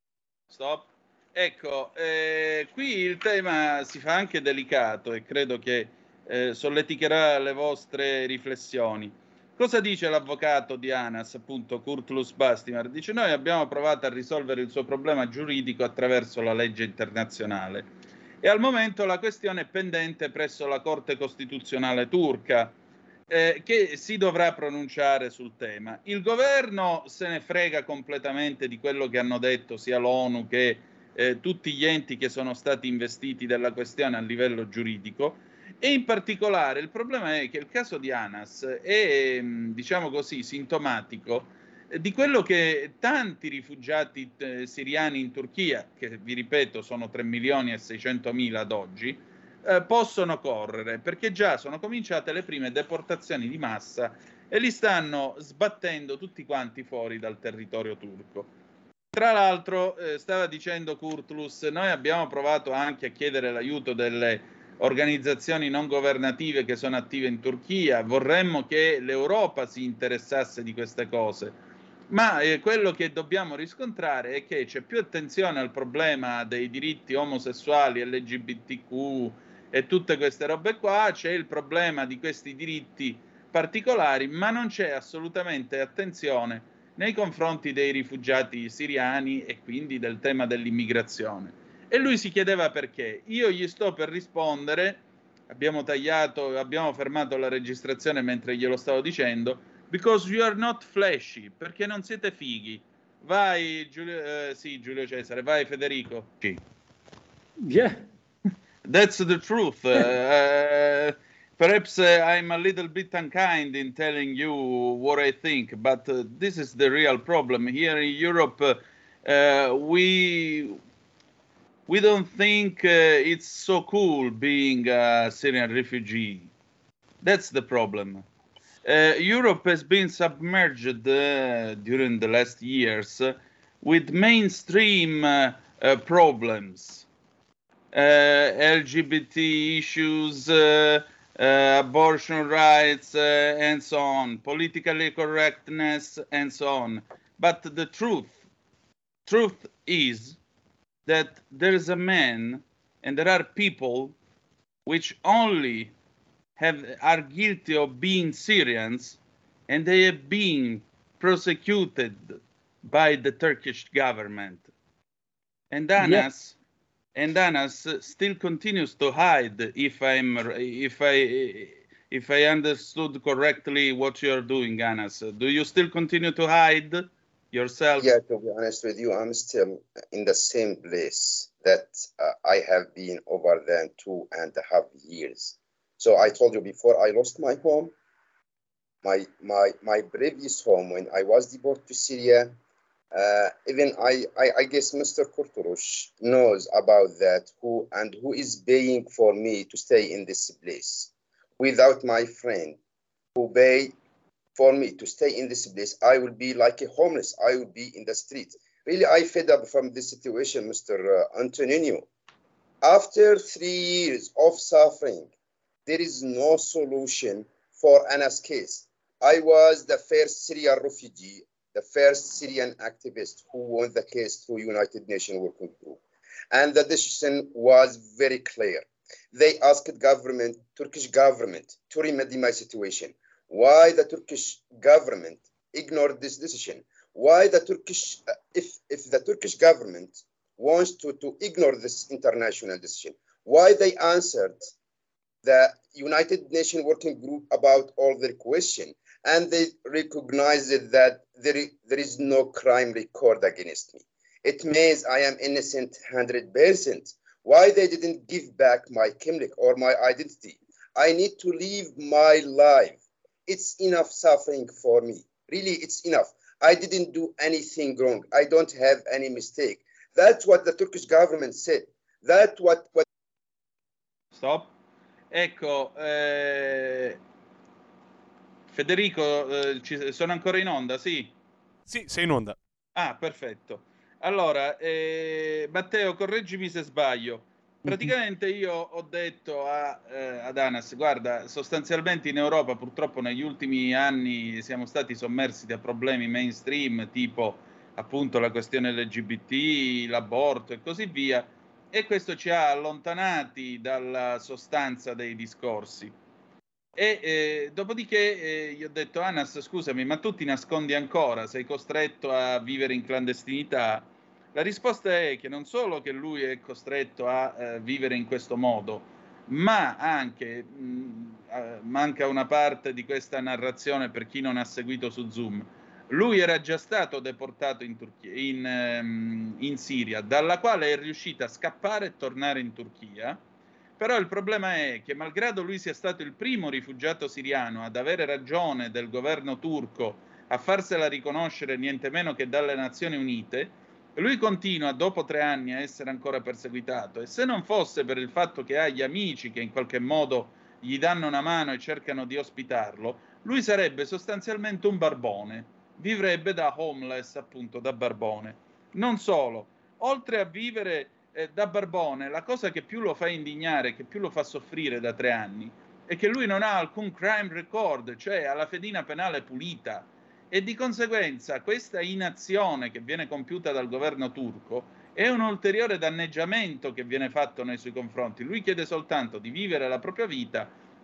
Stop. Ecco, eh, qui il tema si fa anche delicato e credo che eh, solleticherà le vostre riflessioni. Cosa dice l'avvocato di Anas, appunto, Kurtulus Bastimar? Dice: noi abbiamo provato a risolvere il suo problema giuridico attraverso la legge internazionale e al momento la questione è pendente presso la Corte Costituzionale turca, eh, che si dovrà pronunciare sul tema. Il governo se ne frega completamente di quello che hanno detto sia l'ONU che eh, tutti gli enti che sono stati investiti della questione a livello giuridico. E in particolare il problema è che il caso di Anas è, diciamo così, sintomatico di quello che tanti rifugiati eh, siriani in Turchia, che vi ripeto sono tre milioni e seicentomila ad oggi, eh, possono correre, perché già sono cominciate le prime deportazioni di massa e li stanno sbattendo tutti quanti fuori dal territorio turco. Tra l'altro, eh, stava dicendo Kurtulus, noi abbiamo provato anche a chiedere l'aiuto delle organizzazioni non governative che sono attive in Turchia, vorremmo che l'Europa si interessasse di queste cose, ma eh, quello che dobbiamo riscontrare è che c'è più attenzione al problema dei diritti omosessuali, L G B T Q e tutte queste robe qua, c'è il problema di questi diritti particolari, ma non c'è assolutamente attenzione nei confronti dei rifugiati siriani e quindi del tema dell'immigrazione. E lui si chiedeva perché. Io gli sto per rispondere, abbiamo tagliato, abbiamo fermato la registrazione mentre glielo stavo dicendo, because you are not flashy, perché non siete fighi. Vai Giulio, eh, sì, Giulio Cesare, vai Federico. Sì. Yeah. That's the truth. Uh, uh, perhaps uh, I'm a little bit unkind in telling you what I think, but uh, this is the real problem. Here in Europe, uh, uh, we we don't think uh, it's so cool being a Syrian refugee. That's the problem. Uh, Europe has been submerged uh, during the last years uh, with mainstream uh, uh, problems. Uh, L G B T issues, uh, uh, abortion rights, uh, and so on, politically correctness, and so on. But the truth, truth is that there is a man, and there are people which only have are guilty of being Syrians, and they have been prosecuted by the Turkish government. And Anas. Yeah. And Anas still continues to hide. If I'm, if I, if I understood correctly, what you're doing, Anas, do you still continue to hide yourself? Yeah, to be honest with you, I'm still in the same place that uh, I have been over than two and a half years. So I told you before, I lost my home, my my my previous home when I was deported to Syria. Uh, even I, I, I guess Mister Kurtulush knows about that, who and who is paying for me to stay in this place. Without my friend who pay for me to stay in this place, I will be like a homeless. I will be in the street. Really, I fed up from this situation, Mister Uh, Antonino. After three years of suffering, there is no solution for Anas' case. I was the first Syrian refugee, the first Syrian activist who won the case through United Nations Working Group. And the decision was very clear. They asked government, Turkish government to remedy my situation. Why the Turkish government ignored this decision? Why the Turkish, uh, if, if the Turkish government wants to, to ignore this international decision, why they answered the United Nations Working Group about all their questions? And they recognized that there, there is no crime record against me. It means I am innocent one hundred percent. Why they didn't give back my kimlik or my identity? I need to live my life. It's enough suffering for me. Really, it's enough. I didn't do anything wrong. I don't have any mistake. That's what the Turkish government said. That's what... what... Stop. Ecco, eh... Federico, eh, ci, sono ancora in onda, sì? Sì, sei in onda. Ah, perfetto. Allora, eh, Matteo, correggimi se sbaglio. Praticamente io ho detto a, eh, ad Anas, guarda, sostanzialmente in Europa purtroppo negli ultimi anni siamo stati sommersi da problemi mainstream, tipo appunto la questione L G B T, l'aborto e così via, e questo ci ha allontanati dalla sostanza dei discorsi. E eh, dopodiché eh, gli ho detto, Anas, scusami, ma tu ti nascondi ancora? Sei costretto a vivere in clandestinità? La risposta è che non solo che lui è costretto a eh, vivere in questo modo, ma anche, mh, eh, manca una parte di questa narrazione per chi non ha seguito su Zoom, lui era già stato deportato in, Turchia, in, ehm, in Siria, dalla quale è riuscito a scappare e tornare in Turchia. Però il problema è che, malgrado lui sia stato il primo rifugiato siriano ad avere ragione del governo turco a farsela riconoscere niente meno che dalle Nazioni Unite, lui continua dopo tre anni a essere ancora perseguitato, e se non fosse per il fatto che ha gli amici che in qualche modo gli danno una mano e cercano di ospitarlo, lui sarebbe sostanzialmente un barbone, vivrebbe da homeless, appunto, da barbone. Non solo, oltre a vivere Eh, da barbone, la cosa che più lo fa indignare, che più lo fa soffrire da tre anni, è che lui non ha alcun crime record, cioè ha la fedina penale pulita, e di conseguenza questa inazione che viene compiuta dal governo turco è un ulteriore danneggiamento che viene fatto nei suoi confronti. Lui chiede soltanto di vivere la propria vita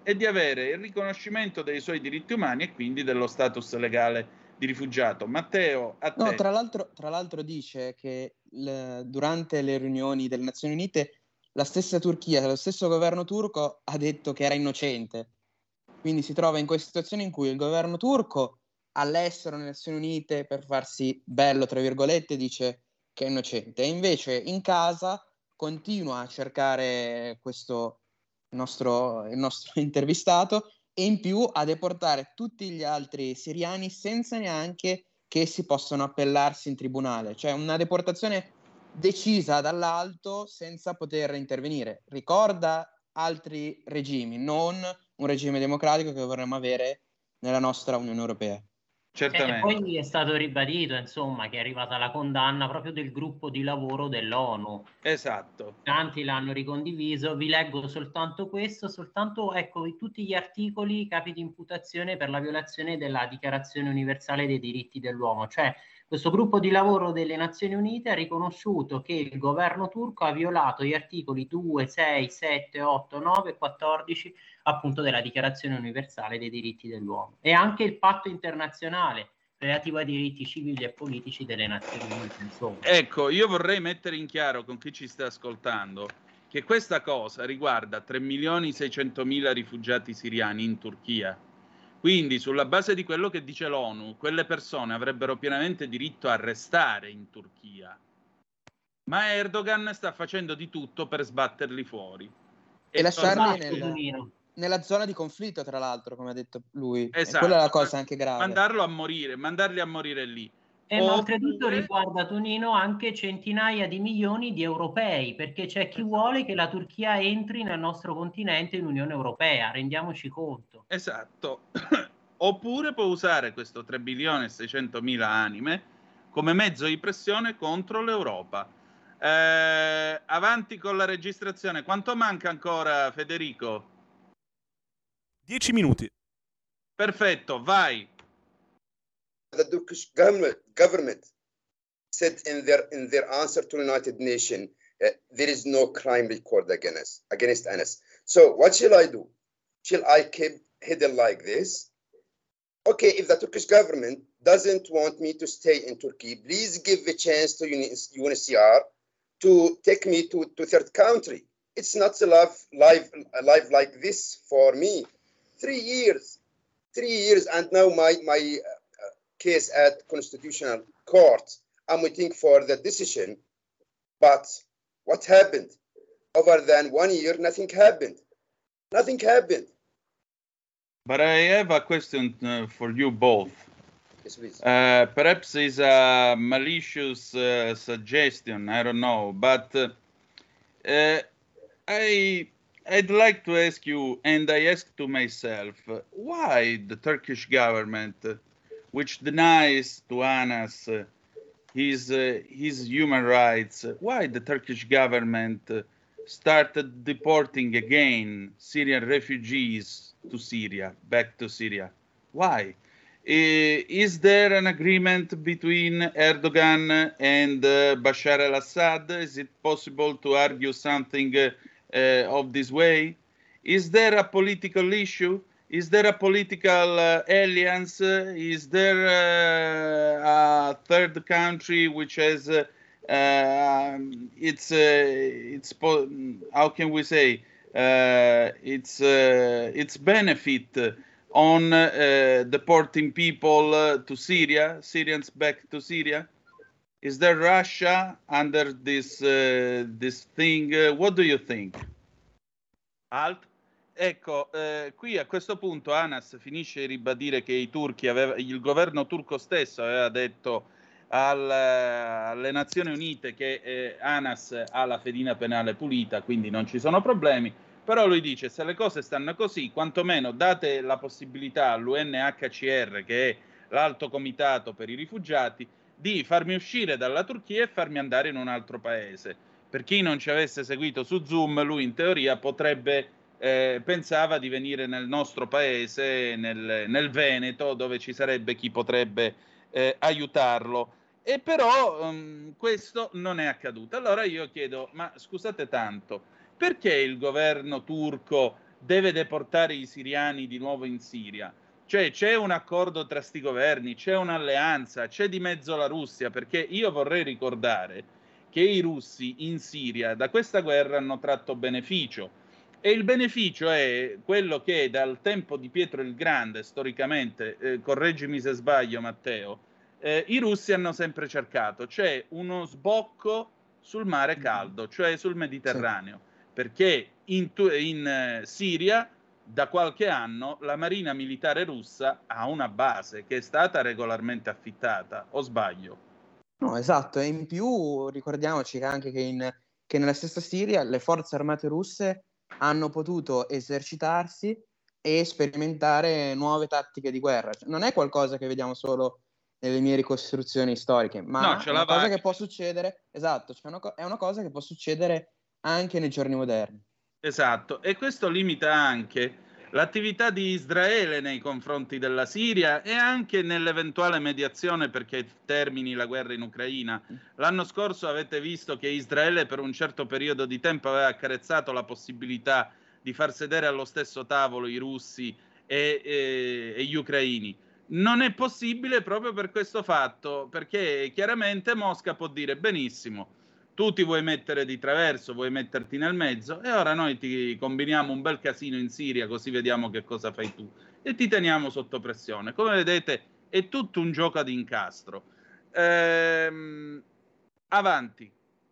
e di avere il riconoscimento dei suoi diritti umani e quindi dello status legale di rifugiato. Matteo, a te. No, tra l'altro, tra l'altro dice che le- durante le riunioni delle Nazioni Unite la stessa Turchia, lo stesso governo turco ha detto che era innocente. Quindi si trova in questa situazione in cui il governo turco all'estero nelle Nazioni Unite per farsi bello, tra virgolette, dice che è innocente. E invece in casa continua a cercare questo nostro, il nostro intervistato e in più a deportare tutti gli altri siriani senza neanche che si possano appellarsi in tribunale. Cioè una deportazione decisa dall'alto senza poter intervenire. Ricorda altri regimi, non un regime democratico che vorremmo avere nella nostra Unione Europea. E poi è stato ribadito, insomma, che è arrivata la condanna proprio del gruppo di lavoro dell'ONU. Esatto. Tanti l'hanno ricondiviso, vi leggo soltanto questo, soltanto ecco tutti gli articoli capi di imputazione per la violazione della Dichiarazione Universale dei Diritti dell'Uomo, cioè questo gruppo di lavoro delle Nazioni Unite ha riconosciuto che il governo turco ha violato gli articoli due, sei, sette, otto, nove e quattordici appunto della Dichiarazione Universale dei Diritti dell'Uomo e anche il patto internazionale relativo ai diritti civili e politici delle Nazioni Unite, insomma. Ecco, io vorrei mettere in chiaro con chi ci sta ascoltando che questa cosa riguarda tre milioni seicentomila rifugiati siriani in Turchia. Quindi, sulla base di quello che dice l'ONU, quelle persone avrebbero pienamente diritto a restare in Turchia. Ma Erdogan sta facendo di tutto per sbatterli fuori. E, lasciarli tornare- nel- nella zona di conflitto, tra l'altro, come ha detto lui. E Esatto, quella è la cosa anche grave. mandarlo a morire, mandarli a morire lì. E ma O- oltretutto riguarda, Tonino, anche centinaia di milioni di europei, perché c'è chi vuole che la Turchia entri nel nostro continente in Unione Europea, rendiamoci conto. Esatto. Oppure può usare questo tre milioni e seicentomila anime come mezzo di pressione contro l'Europa. Eh, avanti con la registrazione. Quanto manca ancora, Federico? Dieci minuti. Perfetto, vai. The Turkish government, government said in their in their answer to the United Nations, uh, there is no crime record against against Anas. So what shall I do? Shall I keep hidden like this? Okay, if the Turkish government doesn't want me to stay in Turkey, please give a chance to U N H C R to take me to, to third country. It's not a life, life, a life like this for me. Three years, three years, and now my, my uh, case at Constitutional Court, I'm waiting for the decision. But what happened? Over than one year, nothing happened. Nothing happened. But I have a question uh, for you both. Yes, please. Uh, perhaps it's a malicious uh, suggestion, I don't know, but uh, uh, I, I'd like to ask you, and I ask to myself, uh, why the Turkish government, uh, which denies to Anas uh, his, uh, his human rights, uh, why the Turkish government uh, started deporting again Syrian refugees to Syria, back to Syria? Why? Uh, is there an agreement between Erdogan and uh, Bashar al-Assad? Is it possible to argue something uh, uh, of this way? Is there a political issue? Is there a political uh, alliance? Uh, is there uh, a third country which has uh, uh, its uh, its po- how can we say uh, its uh, its benefit on uh, deporting people uh, to Syria, Syrians back to Syria? Is there Russia under this uh, this thing? Uh, what do you think? Alt? Ecco, eh, qui a questo punto Anas finisce di ribadire che i turchi aveva, il governo turco stesso aveva detto al, alle Nazioni Unite che eh, Anas ha la fedina penale pulita, quindi non ci sono problemi. Però lui dice, se le cose stanno così, quantomeno date la possibilità all'U N H C R, che è l'alto comitato per i rifugiati, di farmi uscire dalla Turchia e farmi andare in un altro paese. Per chi non ci avesse seguito su Zoom, lui in teoria potrebbe, eh, pensava di venire nel nostro paese, nel, nel Veneto, dove ci sarebbe chi potrebbe eh, aiutarlo. E però um, questo non è accaduto. Allora io chiedo, ma scusate tanto, perché il governo turco deve deportare i siriani di nuovo in Siria. Cioè c'è un accordo tra sti governi, c'è un'alleanza, c'è di mezzo la Russia, perché io vorrei ricordare che i russi in Siria da questa guerra hanno tratto beneficio, e il beneficio è quello che dal tempo di Pietro il Grande, storicamente, eh, correggimi se sbaglio Matteo, eh, i russi hanno sempre cercato, cioè uno sbocco sul mare caldo, cioè sul Mediterraneo, sì. Perché in, in eh, Siria da qualche anno la marina militare russa ha una base che è stata regolarmente affittata, o sbaglio? No, esatto, e in più ricordiamoci anche che, in, che nella stessa Siria le forze armate russe hanno potuto esercitarsi e sperimentare nuove tattiche di guerra. Non è qualcosa che vediamo solo nelle mie ricostruzioni storiche, ma no, è una cosa Wagner. Che può succedere, esatto, cioè una co- è una cosa che può succedere anche nei giorni moderni. Esatto, e questo limita anche l'attività di Israele nei confronti della Siria e anche nell'eventuale mediazione perché termini la guerra in Ucraina. L'anno scorso avete visto che Israele per un certo periodo di tempo aveva accarezzato la possibilità di far sedere allo stesso tavolo i russi e, e, e gli ucraini. Non è possibile proprio per questo fatto, perché chiaramente Mosca può dire benissimo, tu ti vuoi mettere di traverso, vuoi metterti nel mezzo e ora noi ti combiniamo un bel casino in Siria così vediamo che cosa fai tu e ti teniamo sotto pressione. Come vedete è tutto un gioco ad incastro. Ehm, avanti.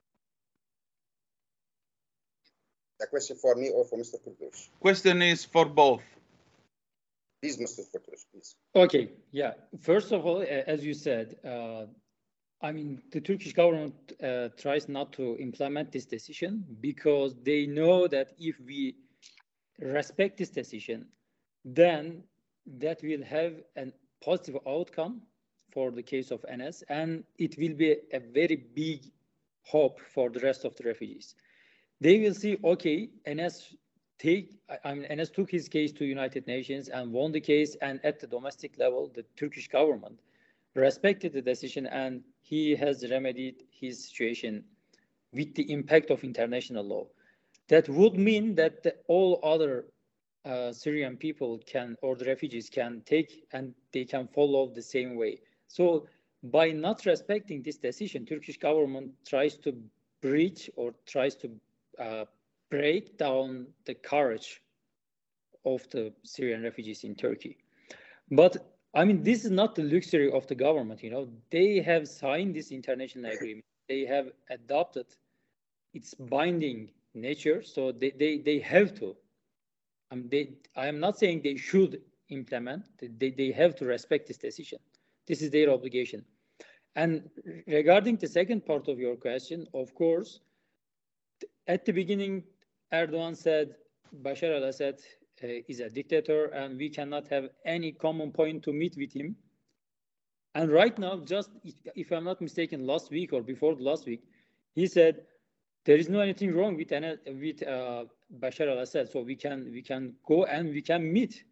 A question for me or for mister Kurdush? Question is for both. Please, mister Kurdush, please. Okay, yeah. First of all, as you said, uh, I mean, the Turkish government uh, tries not to implement this decision because they know that if we respect this decision, then that will have a positive outcome for the case of Enes, and it will be a very big hope for the rest of the refugees. They will see, okay, Enes take, I mean, Enes took his case to United Nations and won the case, and at the domestic level, the Turkish government respected the decision and he has remedied his situation with the impact of international law. That would mean that the, all other uh, Syrian people can, or the refugees can take and they can follow the same way. So by not respecting this decision, Turkish government tries to breach or tries to uh, break down the courage of the Syrian refugees in Turkey. But I mean, this is not the luxury of the government, you know. They have signed this international agreement. They have adopted its binding nature, so they, they, they have to. I mean, they, I am not saying they should implement. They, they have to respect this decision. This is their obligation. And regarding the second part of your question, of course, at the beginning, Erdogan said, Bashar al-Assad Uh, is a dictator and we cannot have any common point to meet with him. And right now, just if, if I'm not mistaken, last week or before last week, he said there is no anything wrong with with uh, Bashar al-Assad, so we can we can go and we can meet.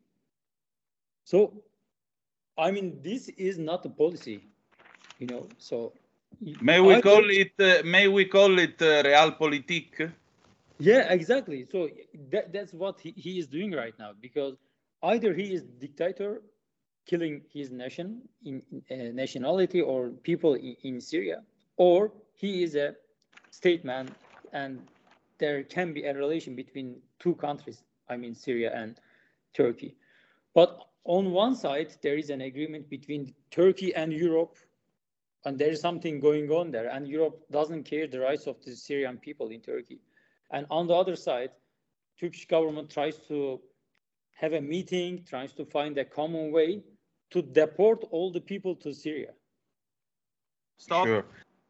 So, I mean, this is not a policy, you know. So, may we I call think, it uh, may we call it uh, realpolitik? Yeah, exactly. So that, that's what he, he is doing right now, because either he is dictator, killing his nation, in, uh, nationality or people in, in Syria, or he is a statesman, and there can be a relation between two countries, I mean Syria and Turkey. But on one side, there is an agreement between Turkey and Europe, and there is something going on there, and Europe doesn't care the rights of the Syrian people in Turkey. And on the other side, Turkish government tries to have a meeting, tries to find a common way to deport all the people to Syria. Stop. Sure.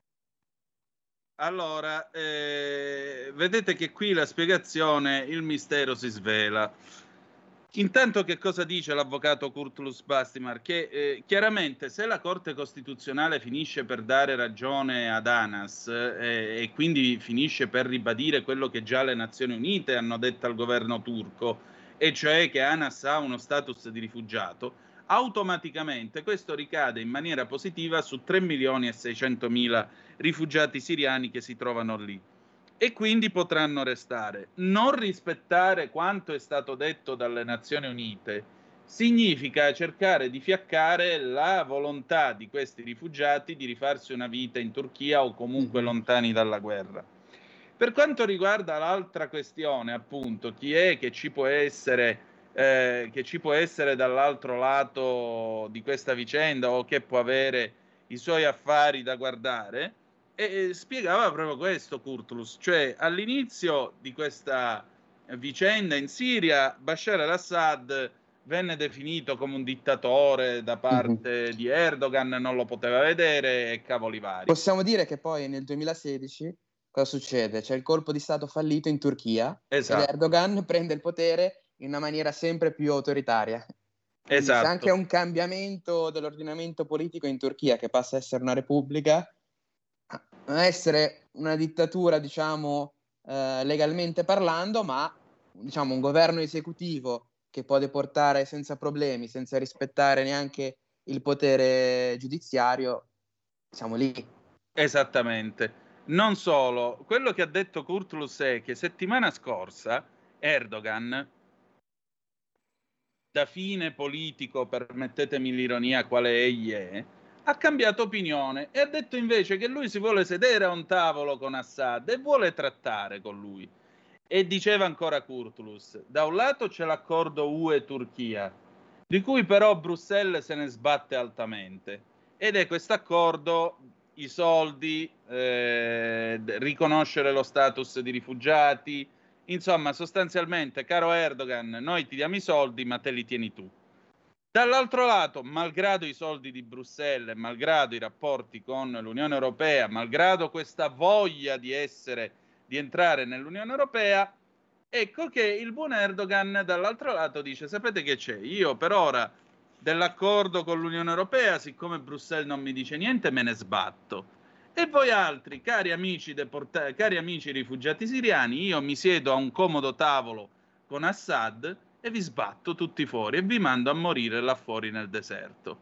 Allora, eh, vedete che qui la spiegazione, il mistero si svela. Intanto che cosa dice l'avvocato Kurtulus Bastimar? Che eh, chiaramente se la Corte Costituzionale finisce per dare ragione ad Anas eh, e quindi finisce per ribadire quello che già le Nazioni Unite hanno detto al governo turco, e cioè che Anas ha uno status di rifugiato, automaticamente questo ricade in maniera positiva su tre milioni e seicentomila rifugiati siriani che si trovano lì. e quindi potranno restare. Non rispettare quanto è stato detto dalle Nazioni Unite significa cercare di fiaccare la volontà di questi rifugiati di rifarsi una vita in Turchia o comunque Mhm. lontani dalla guerra. Per quanto riguarda l'altra questione, appunto, chi è che ci può essere, eh, che ci può essere dall'altro lato di questa vicenda o che può avere i suoi affari da guardare, e, e spiegava proprio questo Kurtulus, cioè all'inizio di questa vicenda in Siria Bashar al-Assad venne definito come un dittatore da parte di Erdogan, non lo poteva vedere e cavoli vari. Possiamo dire che poi nel duemilasedici cosa succede? C'è il colpo di stato fallito in Turchia Esatto. ed Erdogan prende il potere in una maniera sempre più autoritaria. Quindi Esatto. c'è anche un cambiamento dell'ordinamento politico in Turchia, che passa a essere una repubblica a essere una dittatura, diciamo, eh, legalmente parlando, ma diciamo un governo esecutivo che può deportare senza problemi, senza rispettare neanche il potere giudiziario, siamo lì. Esattamente. Non solo, quello che ha detto Kurtulus è che settimana scorsa Erdogan, da fine politico, permettetemi l'ironia quale egli è, ha cambiato opinione e ha detto invece che lui si vuole sedere a un tavolo con Assad e vuole trattare con lui. E diceva ancora Kurtulus, da un lato c'è l'accordo U E-Turchia, di cui però Bruxelles se ne sbatte altamente, ed è questo accordo, i soldi, eh, riconoscere lo status di rifugiati, insomma sostanzialmente, caro Erdogan, noi ti diamo i soldi ma te li tieni tu. Dall'altro lato, malgrado i soldi di Bruxelles, malgrado i rapporti con l'Unione Europea, malgrado questa voglia di essere, di entrare nell'Unione Europea, ecco che il buon Erdogan dall'altro lato dice, sapete che c'è? Io per ora dell'accordo con l'Unione Europea, siccome Bruxelles non mi dice niente, me ne sbatto. E voi altri, cari amici, deporta- cari amici rifugiati siriani, io mi siedo a un comodo tavolo con Assad e vi sbatto tutti fuori e vi mando a morire là fuori nel deserto.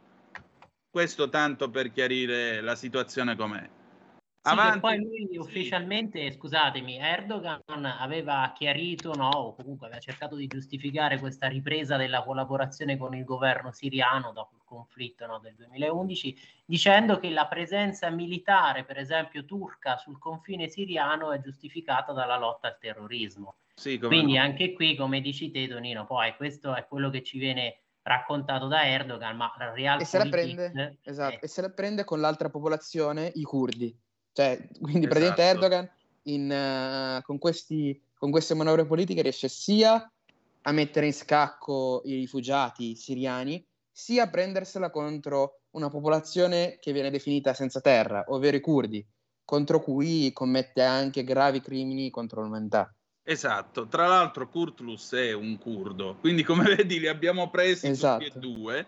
Questo tanto per chiarire la situazione com'è. Sì, Avanti. che poi lui ufficialmente, scusatemi, Erdogan aveva chiarito, no, o comunque aveva cercato di giustificare questa ripresa della collaborazione con il governo siriano dopo il conflitto, no, del duemilaundici, dicendo che la presenza militare, per esempio turca, sul confine siriano è giustificata dalla lotta al terrorismo. Sì, come Quindi no. anche qui, come dici te, Tonino, poi questo è quello che ci viene raccontato da Erdogan, ma la E se la realpolitik prende, esatto, è- e se la prende con l'altra popolazione, i curdi. Cioè, quindi Esatto. praticamente Erdogan in, eh, con, questi, con queste manovre politiche riesce sia a mettere in scacco i rifugiati siriani, sia a prendersela contro una popolazione che viene definita senza terra, ovvero i curdi, contro cui commette anche gravi crimini contro l'umanità. Esatto, tra l'altro Kurtulus è un curdo, quindi come vedi li abbiamo presi Esatto. tutti e due,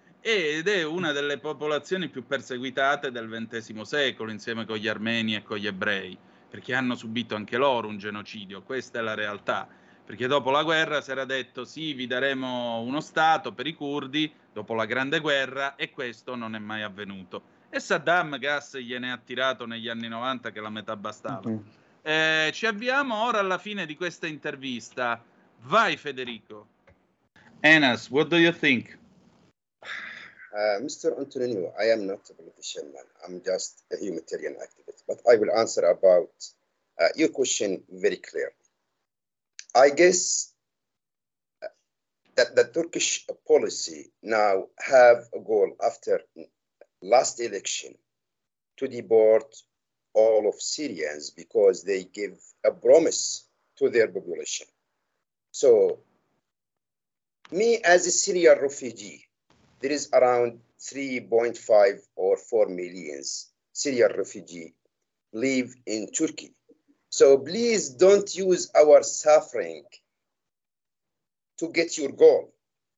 ed è una delle popolazioni più perseguitate del ventesimo secolo insieme con gli armeni e con gli ebrei, perché hanno subito anche loro un genocidio, questa è la realtà, perché dopo la guerra si era detto sì, vi daremo uno stato per i curdi, dopo la grande guerra, e questo non è mai avvenuto. E Saddam gas gliene ha tirato negli anni novanta che la metà bastava. Mhm. Eh, ci avviamo ora alla fine di questa intervista. Vai Federico. Enas, what do you think? Uh, Mister Antonino, I am not a politician, man. I'm just a humanitarian activist. But I will answer about uh, your question very clearly. I guess that the Turkish policy now have a goal after last election to deport all of Syrians because they give a promise to their population. So, me as a Syrian refugee, there is around three point five or four millions Syrian refugees live in Turkey. So please don't use our suffering to get your goal.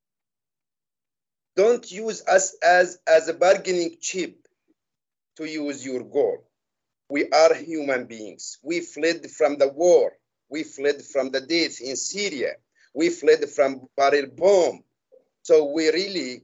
Don't use us as, as a bargaining chip to use your goal. We are human beings. We fled from the war. We fled from the death in Syria. We fled from barrel bomb. So we really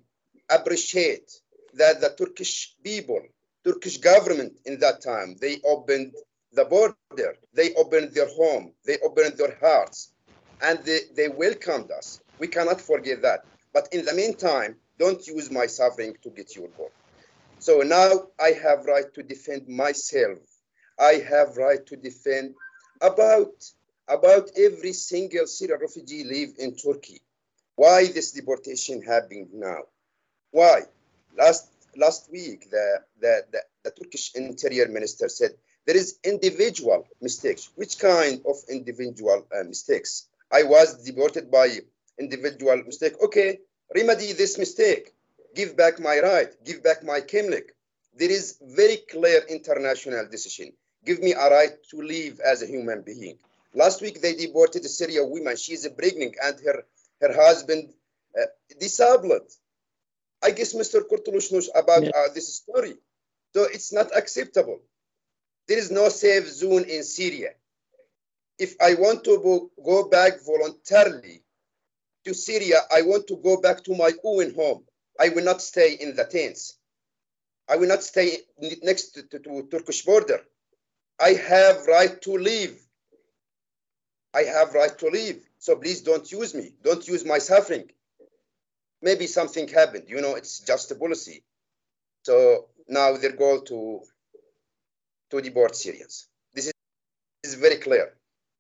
appreciate that the Turkish people, Turkish government in that time, they opened the border. They opened their home. They opened their hearts. And they, they welcomed us. We cannot forget that. But in the meantime, don't use my suffering to get your goal. So now I have right to defend myself. I have right to defend about, about every single Syrian refugee live in Turkey. Why this deportation happening now? Why? Last last week, the, the, the, the Turkish Interior Minister said there is individual mistakes. Which kind of individual uh, mistakes? I was deported by individual mistake. Okay, remedy this mistake. Give back my right. Give back my kimlik. There is very clear international decision. Give me a right to live as a human being. Last week, they deported a Syrian woman. She's pregnant and her, her husband uh, disabled. I guess Mister Kurtuluş knows about uh, this story. So it's not acceptable. There is no safe zone in Syria. If I want to go, go back voluntarily to Syria, I want to go back to my own home. I will not stay in the tents. I will not stay next to, to, to Turkish border. I have right to leave. I have right to leave. So please don't use me. Don't use my suffering. Maybe something happened. You know, it's just a policy. So now their goal to to deport Syrians. This is, this is very clear.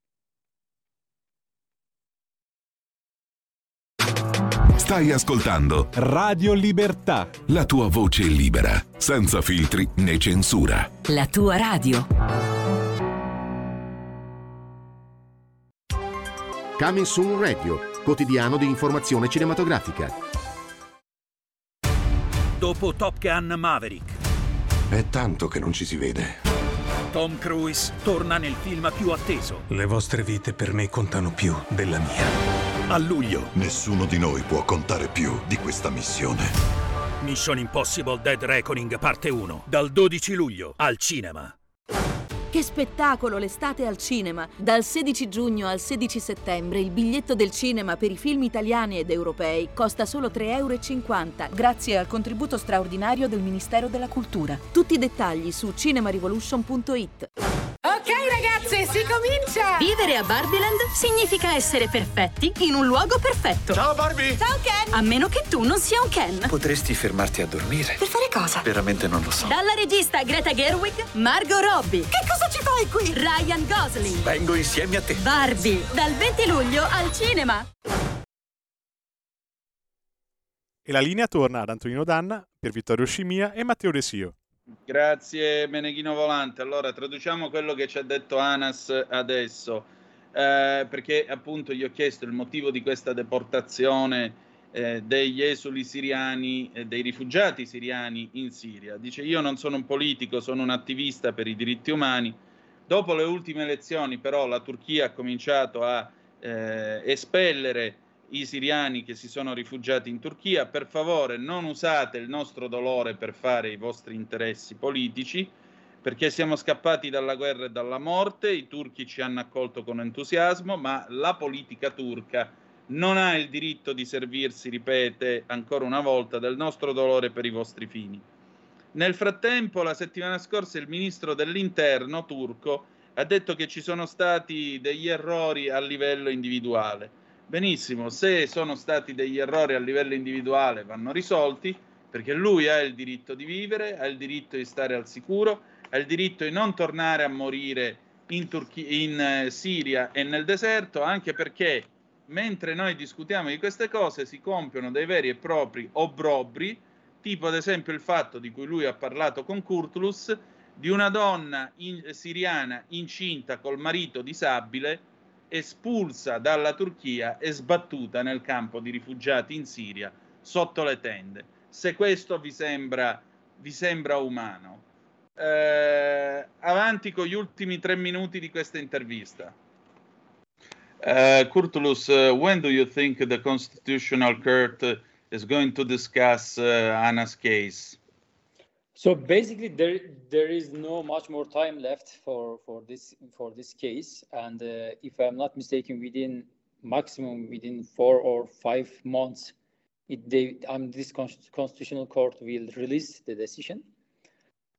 Stai ascoltando Radio Libertà, la tua voce libera, senza filtri né censura. La tua radio. Coming Soon Radio, quotidiano di informazione cinematografica. Dopo Top Gun Maverick, È tanto che non ci si vede. Tom Cruise torna nel film più atteso. Le vostre vite per me contano più della mia. A luglio, Nessuno di noi può contare più di questa missione. Mission Impossible Dead Reckoning parte uno, dal dodici luglio al cinema. Che spettacolo l'estate al cinema! Dal sedici giugno al sedici settembre il biglietto del cinema per i film italiani ed europei costa solo tre euro e cinquanta grazie al contributo straordinario del Ministero della Cultura. Tutti i dettagli su cinemarevolution punto it. Ok ragazze, si comincia! Vivere a Barbieland significa essere perfetti in un luogo perfetto. Ciao Barbie! Ciao Ken! A meno che tu non sia un Ken. Potresti fermarti a dormire? Per fare cosa? Veramente non lo so. Dalla regista Greta Gerwig, Margot Robbie. Che cosa ci fai qui? Ryan Gosling. Vengo insieme a te. Barbie, dal venti luglio al cinema. E la linea torna ad Antonino Danna per Vittorio Scimia e Matteo De Sio. Grazie Meneghino Volante. Allora traduciamo quello che ci ha detto Anas adesso, eh, perché appunto gli ho chiesto il motivo di questa deportazione eh, degli esuli siriani, eh, dei rifugiati siriani in Siria. Dice: io non sono un politico, sono un attivista per i diritti umani. Dopo le ultime elezioni però la Turchia ha cominciato a eh, espellere i siriani che si sono rifugiati in Turchia. Per favore non usate il nostro dolore per fare i vostri interessi politici, perché siamo scappati dalla guerra e dalla morte, i turchi ci hanno accolto con entusiasmo, ma la politica turca non ha il diritto di servirsi, ripete ancora una volta, del nostro dolore per i vostri fini. Nel frattempo, la settimana scorsa il ministro dell'interno turco ha detto che ci sono stati degli errori a livello individuale. Benissimo, se sono stati degli errori a livello individuale vanno risolti, perché lui ha il diritto di vivere, ha il diritto di stare al sicuro, ha il diritto di non tornare a morire in, Turchi- in eh, Siria e nel deserto, anche perché mentre noi discutiamo di queste cose si compiono dei veri e propri obbrobri, tipo ad esempio il fatto di cui lui ha parlato con Kurtulus, di una donna in- siriana incinta col marito disabile, espulsa dalla Turchia e sbattuta nel campo di rifugiati in Siria sotto le tende. Se questo vi sembra, vi sembra umano. Eh, avanti con gli ultimi tre minuti di questa intervista. Uh, Kurtulus, uh, when do you think the Constitutional Court is going to discuss uh, Anna's case? So basically, there there is no much more time left for for this for this case, and uh, if I'm not mistaken, within maximum within four or five months, it they um, this constitutional court will release the decision.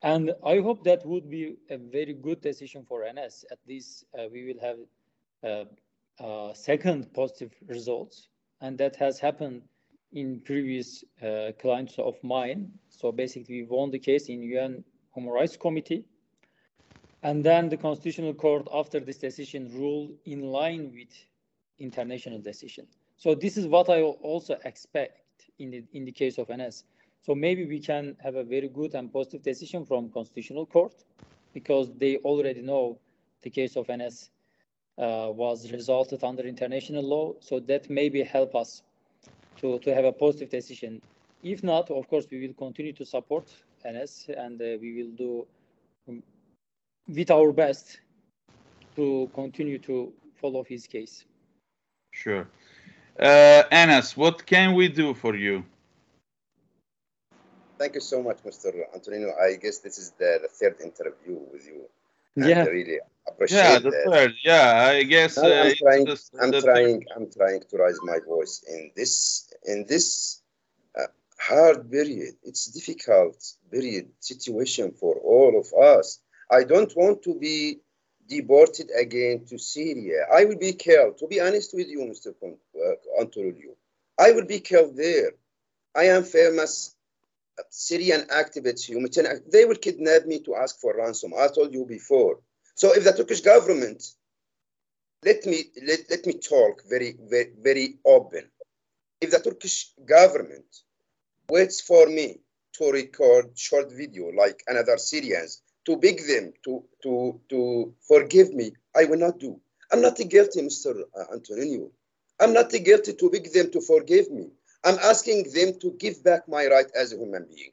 And I hope that would be a very good decision for N S. At least uh, we will have uh, uh, second positive results. And that has happened in previous uh, clients of mine. So basically, we won the case in U N Human Rights Committee. And then the Constitutional Court, after this decision, ruled in line with international decision. So this is what I also expect in the, in the case of N S. So maybe we can have a very good and positive decision from Constitutional Court, because they already know the case of N S uh, was resulted under international law. So that maybe help us to, to have a positive decision. If not, of course, we will continue to support N S, and uh, we will do um, with our best to continue to follow his case. Sure. Uh, Anas, what can we do for you? Thank you so much, Mister Antonino. I guess this is the, the third interview with you. And Yeah. I really appreciate Yeah, the that. third. Yeah, I guess. Now uh, I'm it's trying, the- I'm the trying, I'm trying to raise my voice in this, in this uh, hard period. It's difficult period situation for all of us. I don't want to be deported again to Syria. I will be killed. To be honest with you, Mister Con- uh, Antonio, I will be killed there. I am famous Syrian activists, humanitarian. act- They will kidnap me to ask for ransom. I told you before. So if the Turkish government, let me let, let me talk very, very very open. If the Turkish government waits for me to record short video like another Syrians to beg them to to to forgive me, I will not do. I'm not guilty, Mister Antonino. I'm not guilty to beg them to forgive me. I'm asking them to give back my right as a human being.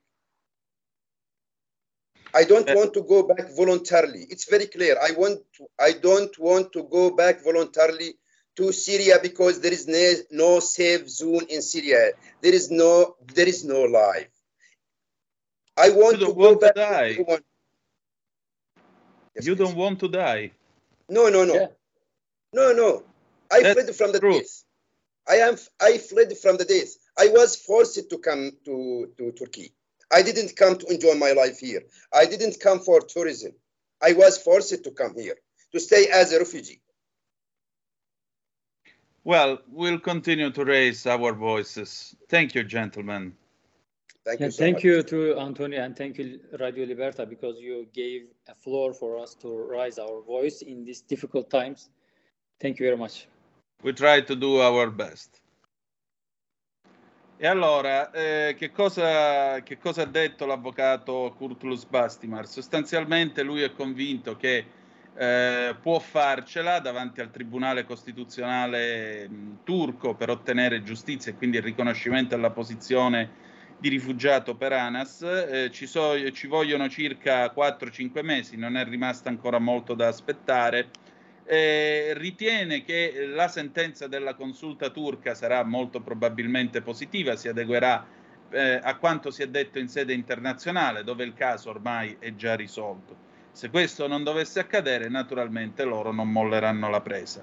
I don't want to go back voluntarily. It's very clear. I want to, I don't want to go back voluntarily to Syria because there is no, no safe zone in Syria. There is no there is no life. I want You to don't go want to back die. everyone. You don't want to die. No, no, no. Yeah. No, no. I That's fled from the true. death. I am I fled from the death. I was forced to come to, to Turkey. I didn't come to enjoy my life here. I didn't come for tourism. I was forced to come here, to stay as a refugee. Well, we'll continue to raise our voices. Thank you, gentlemen. Thank Yeah, you so thank much. you to Antonio, and thank you Radio Libertà, because you gave a floor for us to raise our voice in these difficult times. Thank you very much. We try to do our best. E allora, eh, che, cosa, che cosa ha detto l'avvocato Kurtulus Bastimar? Sostanzialmente lui è convinto che eh, può farcela davanti al Tribunale Costituzionale mh, turco per ottenere giustizia e quindi il riconoscimento della posizione di rifugiato per Anas. Eh, ci, so, ci vogliono circa quattro cinque mesi, non è rimasto ancora molto da aspettare. Eh, ritiene che la sentenza della consulta turca sarà molto probabilmente positiva, si adeguerà eh, a quanto si è detto in sede internazionale, dove il caso ormai è già risolto. Se questo non dovesse accadere, naturalmente loro non molleranno la presa.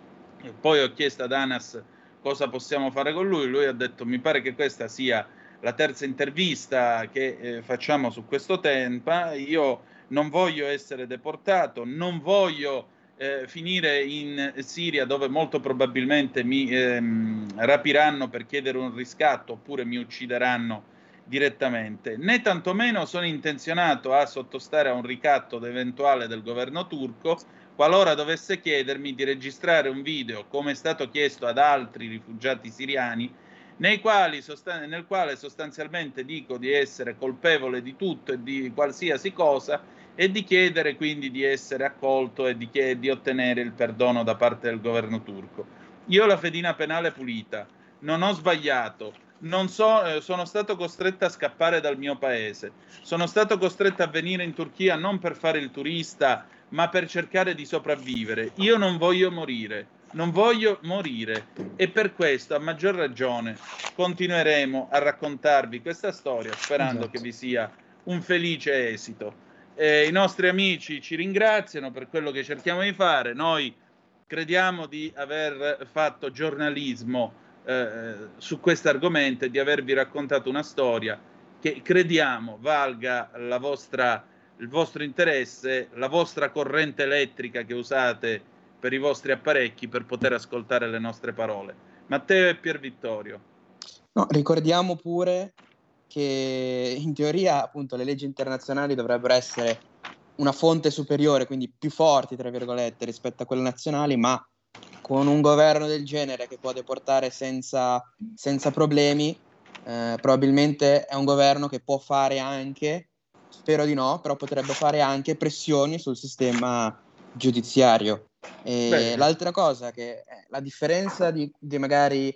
E poi ho chiesto ad Anas cosa possiamo fare con lui, lui ha detto: mi pare che questa sia la terza intervista che eh, facciamo su questo tema, io non voglio essere deportato, non voglio Eh, finire in Siria, dove molto probabilmente mi ehm, rapiranno per chiedere un riscatto oppure mi uccideranno direttamente, né tantomeno sono intenzionato a sottostare a un ricatto eventuale del governo turco qualora dovesse chiedermi di registrare un video, come è stato chiesto ad altri rifugiati siriani, nei quali sostan- nel quale sostanzialmente dico di essere colpevole di tutto e di qualsiasi cosa, e di chiedere quindi di essere accolto e di, chied- di ottenere il perdono da parte del governo turco. Io ho la fedina penale pulita, non ho sbagliato, non so, eh, sono stato costretto a scappare dal mio paese, sono stato costretto a venire in Turchia non per fare il turista, ma per cercare di sopravvivere. Io non voglio morire, non voglio morire, e per questo, a maggior ragione, continueremo a raccontarvi questa storia, sperando Esatto. che vi sia un felice esito. Eh, I nostri amici ci ringraziano per quello che cerchiamo di fare. Noi crediamo di aver fatto giornalismo eh, su questo argomento e di avervi raccontato una storia che crediamo valga la vostra, il vostro interesse, la vostra corrente elettrica che usate per i vostri apparecchi per poter ascoltare le nostre parole. Matteo e Pier Vittorio. No, ricordiamo pure che in teoria appunto le leggi internazionali dovrebbero essere una fonte superiore, quindi più forti tra virgolette rispetto a quelle nazionali, ma con un governo del genere che può deportare senza, senza problemi, eh, probabilmente è un governo che può fare anche, spero di no, però potrebbe fare anche pressioni sul sistema giudiziario. E Beh. l'altra cosa che è la differenza di, di magari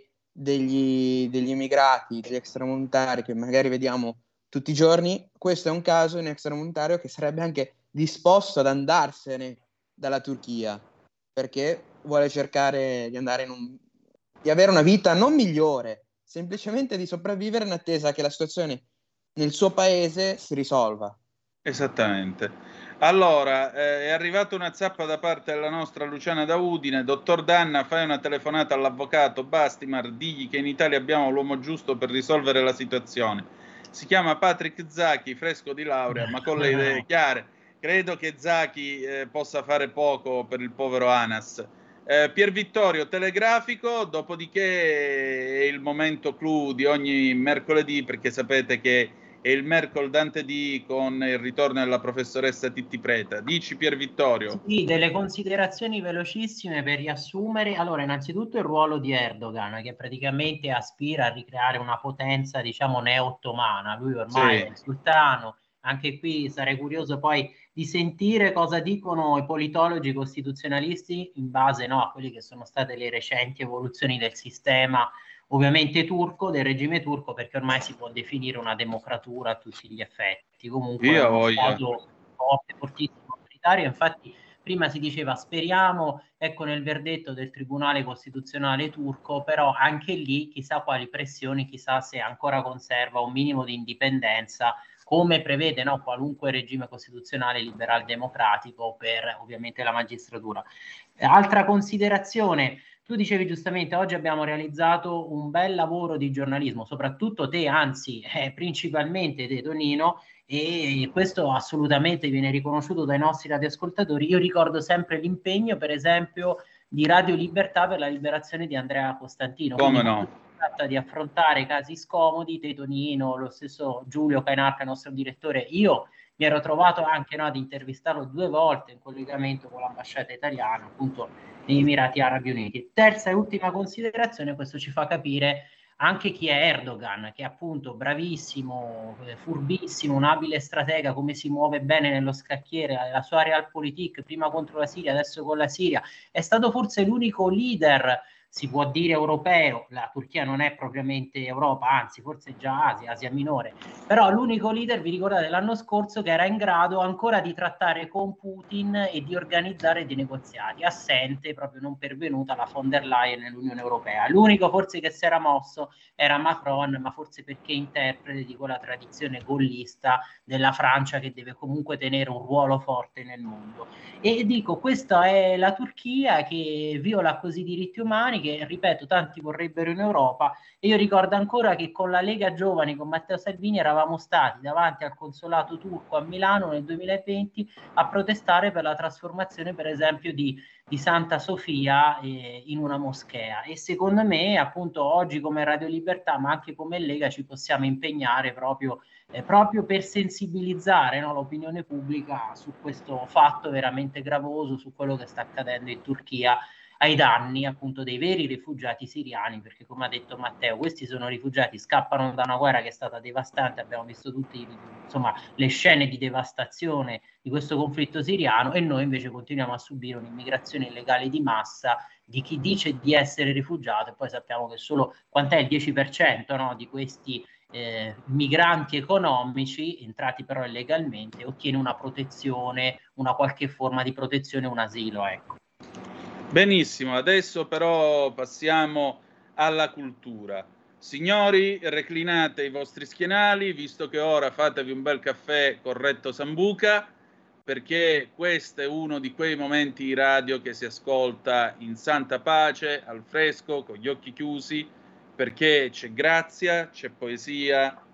degli, degli immigrati, degli extracomunitari che magari vediamo tutti i giorni, questo è un caso in extracomunitario che sarebbe anche disposto ad andarsene dalla Turchia perché vuole cercare di andare in un, di avere una vita non migliore, semplicemente di sopravvivere in attesa che la situazione nel suo paese si risolva. Esattamente. Allora, eh, è arrivata una zappa da parte della nostra Luciana da Udine. Dottor Danna, fai una telefonata all'avvocato Bastimar, digli che in Italia abbiamo l'uomo giusto per risolvere la situazione. Si chiama Patrick Zacchi, fresco di laurea, ma con le idee chiare. Credo che Zacchi eh, possa fare poco per il povero Anas. Eh, Pier Vittorio, telegrafico, dopodiché è il momento clou di ogni mercoledì, perché sapete che è il Mercol Dante D con il ritorno della professoressa Titti Preta. Dici, Pier Vittorio. Sì, delle considerazioni velocissime per riassumere. Allora, innanzitutto il ruolo di Erdogan, che praticamente aspira a ricreare una potenza, diciamo, neo-ottomana. Lui ormai Sì. è il sultano. Anche qui sarei curioso poi di sentire cosa dicono i politologi costituzionalisti in base, no, a quelle che sono state le recenti evoluzioni del sistema, ovviamente turco, del regime turco, perché ormai si può definire una democratura a tutti gli effetti. Comunque Io è uno voglio. stato forte, fortissimo, autoritario. Infatti prima si diceva speriamo, ecco, nel verdetto del Tribunale Costituzionale turco, però anche lì chissà quali pressioni, chissà se ancora conserva un minimo di indipendenza, come prevede, no, qualunque regime costituzionale liberal democratico per ovviamente la magistratura. Altra considerazione. Tu dicevi giustamente, oggi abbiamo realizzato un bel lavoro di giornalismo, soprattutto te, anzi, eh, principalmente te, Tonino, e questo assolutamente viene riconosciuto dai nostri radioascoltatori. Io ricordo sempre l'impegno, per esempio, di Radio Libertà per la liberazione di Andrea Costantino. Come Quindi, no? si tratta di affrontare casi scomodi, te, Tonino, lo stesso Giulio Cainarca, il nostro direttore, io mi ero trovato anche, no, ad intervistarlo due volte in collegamento con l'ambasciata italiana, appunto negli Emirati Arabi Uniti. Terza e ultima considerazione, questo ci fa capire anche chi è Erdogan, che è appunto bravissimo, eh, furbissimo, un abile stratega, come si muove bene nello scacchiere, la sua realpolitik, prima contro la Siria, adesso con la Siria. È stato forse l'unico leader, si può dire europeo, la Turchia non è propriamente Europa, anzi forse già Asia, Asia minore, però l'unico leader, vi ricordate, l'anno scorso che era in grado ancora di trattare con Putin e di organizzare dei negoziati, assente, proprio non pervenuta la von der Leyen nell'Unione Europea. L'unico forse che si era mosso era Macron, ma forse perché interprete di quella tradizione gollista della Francia che deve comunque tenere un ruolo forte nel mondo. E dico, questa è la Turchia che viola così i diritti umani, che ripeto tanti vorrebbero in Europa, e io ricordo ancora che con la Lega Giovani, con Matteo Salvini, eravamo stati davanti al consolato turco a Milano nel duemilaventi a protestare per la trasformazione per esempio di, di Santa Sofia eh, in una moschea, e secondo me appunto oggi come Radio Libertà ma anche come Lega ci possiamo impegnare proprio, eh, proprio per sensibilizzare, no, l'opinione pubblica su questo fatto veramente gravoso, su quello che sta accadendo in Turchia ai danni appunto dei veri rifugiati siriani, perché come ha detto Matteo, questi sono rifugiati, scappano da una guerra che è stata devastante, abbiamo visto tutte insomma le scene di devastazione di questo conflitto siriano, e noi invece continuiamo a subire un'immigrazione illegale di massa di chi dice di essere rifugiato, e poi sappiamo che solo quant'è il dieci per cento, no, di questi eh, migranti economici entrati però illegalmente ottiene una protezione, una qualche forma di protezione, un asilo, ecco. Benissimo, adesso però passiamo alla cultura. Signori, reclinate i vostri schienali, visto che ora fatevi un bel caffè corretto Sambuca, perché questo è uno di quei momenti di radio che si ascolta in santa pace, al fresco, con gli occhi chiusi, perché c'è grazia, c'è poesia,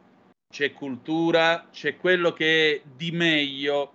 c'è cultura, c'è quello che è di meglio,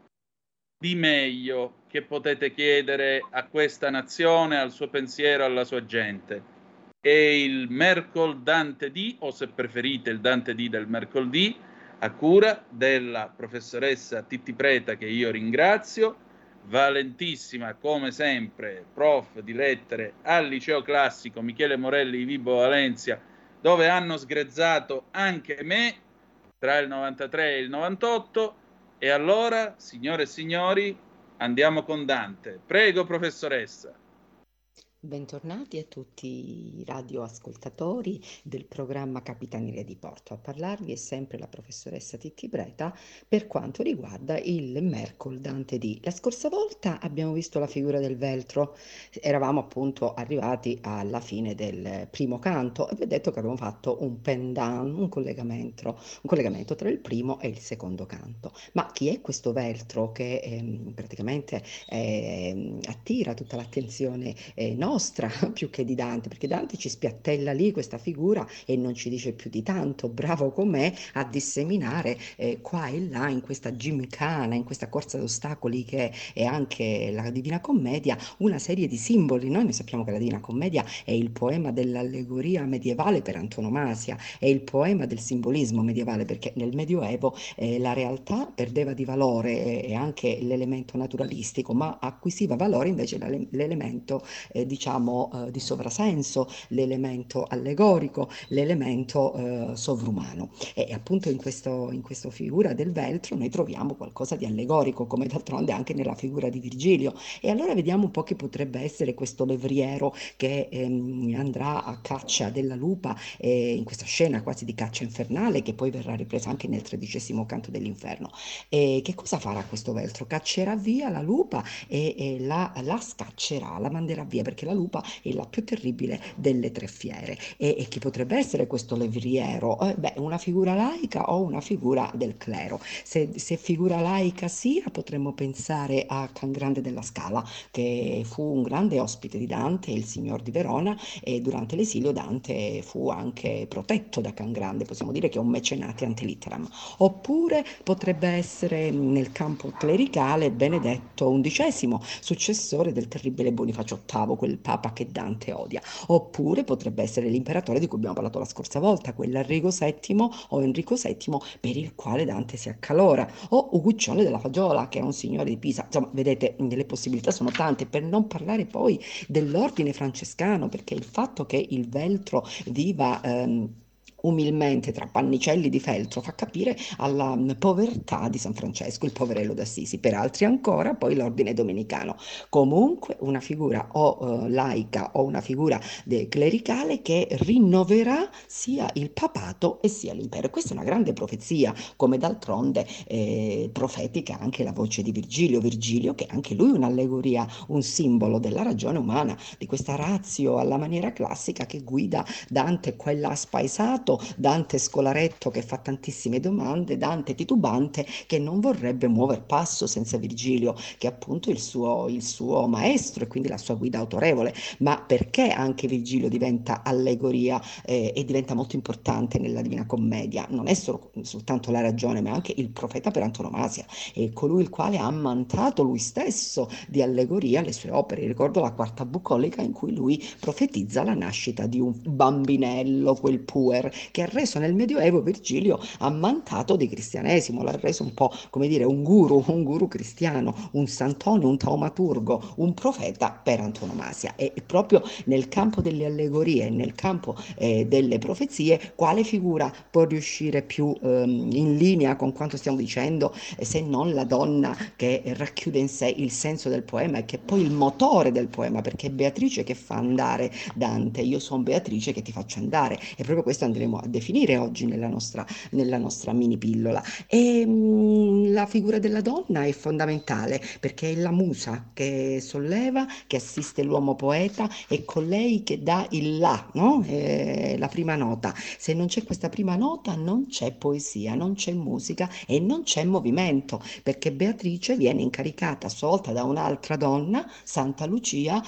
di meglio che potete chiedere a questa nazione, al suo pensiero, alla sua gente. È il Mercol Dante D, o se preferite il Dante D del mercoledì, a cura della professoressa Titti Preta, che io ringrazio, valentissima come sempre, prof di lettere al liceo classico Michele Morelli di Vibo Valencia, dove hanno sgrezzato anche me tra il novantatré e il novantotto. E allora, signore e signori, andiamo con Dante. Prego, professoressa. Bentornati a tutti i radioascoltatori del programma Capitaneria di Porto. A parlarvi è sempre la professoressa Titti Preta per quanto riguarda il Mercol Dante D. La scorsa volta abbiamo visto la figura del veltro, eravamo appunto arrivati alla fine del primo canto e vi ho detto che abbiamo fatto un pendant, un collegamento, un collegamento tra il primo e il secondo canto. Ma chi è questo veltro che ehm, praticamente eh, attira tutta l'attenzione eh, nostra più che di Dante, perché Dante ci spiattella lì questa figura e non ci dice più di tanto, bravo com'è a disseminare eh, qua e là in questa gimcana, in questa corsa d'ostacoli che è anche la Divina Commedia, una serie di simboli. Noi, noi sappiamo che la Divina Commedia è il poema dell'allegoria medievale per antonomasia, è il poema del simbolismo medievale, perché nel Medioevo eh, la realtà perdeva di valore eh, e anche l'elemento naturalistico, ma acquisiva valore invece l'ele- l'elemento eh, diciamo eh, di sovrasenso, l'elemento allegorico, l'elemento eh, sovrumano. E, e appunto in questo in questa figura del veltro noi troviamo qualcosa di allegorico, come d'altronde anche nella figura di Virgilio. E allora vediamo un po' che potrebbe essere questo levriero che ehm, andrà a caccia della lupa eh, in questa scena quasi di caccia infernale, che poi verrà ripresa anche nel tredicesimo canto dell'inferno. E che cosa farà questo veltro? Caccerà via la lupa e, e la, la scaccerà, la manderà via, perché la lupa è la più terribile delle tre fiere. E, e chi potrebbe essere questo levriero? Eh, beh, una figura laica o una figura del clero? Se, se figura laica sia, potremmo pensare a Can Grande della Scala, che fu un grande ospite di Dante, il signor di Verona, e durante l'esilio Dante fu anche protetto da Can Grande, possiamo dire che è un mecenate ante litteram. Oppure potrebbe essere nel campo clericale Benedetto undicesimo, successore del terribile Bonifacio ottavo, quel papa che Dante odia. Oppure potrebbe essere l'imperatore di cui abbiamo parlato la scorsa volta, quell'Enrico settimo o Enrico settimo per il quale Dante si accalora, o Uguccione della Fagiola, che è un signore di Pisa. Insomma, vedete, le possibilità sono tante, per non parlare poi dell'ordine francescano, perché il fatto che il veltro viva ehm, umilmente tra pannicelli di feltro fa capire alla povertà di San Francesco, il poverello d'Assisi. Per altri ancora poi l'ordine domenicano. Comunque una figura o eh, laica o una figura de- clericale che rinnoverà sia il papato e sia l'impero. Questa è una grande profezia, come d'altronde eh, profetica anche la voce di Virgilio. Virgilio che anche lui un'allegoria, un simbolo della ragione umana, di questa ratio alla maniera classica che guida Dante qua e là spaesato, Dante scolaretto che fa tantissime domande, Dante titubante che non vorrebbe muover passo senza Virgilio, che è appunto il suo, il suo maestro e quindi la sua guida autorevole. Ma perché anche Virgilio diventa allegoria eh, e diventa molto importante nella Divina Commedia? Non è solo, soltanto la ragione, ma anche il profeta per antonomasia, è colui il quale ha ammantato lui stesso di allegoria le sue opere. Ricordo la quarta bucolica in cui lui profetizza la nascita di un bambinello, quel puer, che ha reso nel Medioevo Virgilio ammantato di cristianesimo, l'ha reso un po' come dire un guru, un guru cristiano, un santone, un taumaturgo, un profeta per antonomasia. E proprio nel campo delle allegorie, nel campo eh, delle profezie, quale figura può riuscire più ehm, in linea con quanto stiamo dicendo, eh, se non la donna che racchiude in sé il senso del poema e che è poi il motore del poema, perché è Beatrice che fa andare Dante. Io sono Beatrice che ti faccio andare, e proprio questo andremo a definire oggi nella nostra, nella nostra mini pillola. E mh, la la figura della donna è fondamentale perché è la musa che solleva, che assiste l'uomo poeta, è colei che dà il la, no? Eh, la prima nota. Se non c'è questa prima nota non c'è poesia, non c'è musica e non c'è movimento, perché Beatrice viene incaricata a sua volta da un'altra donna, Santa Lucia,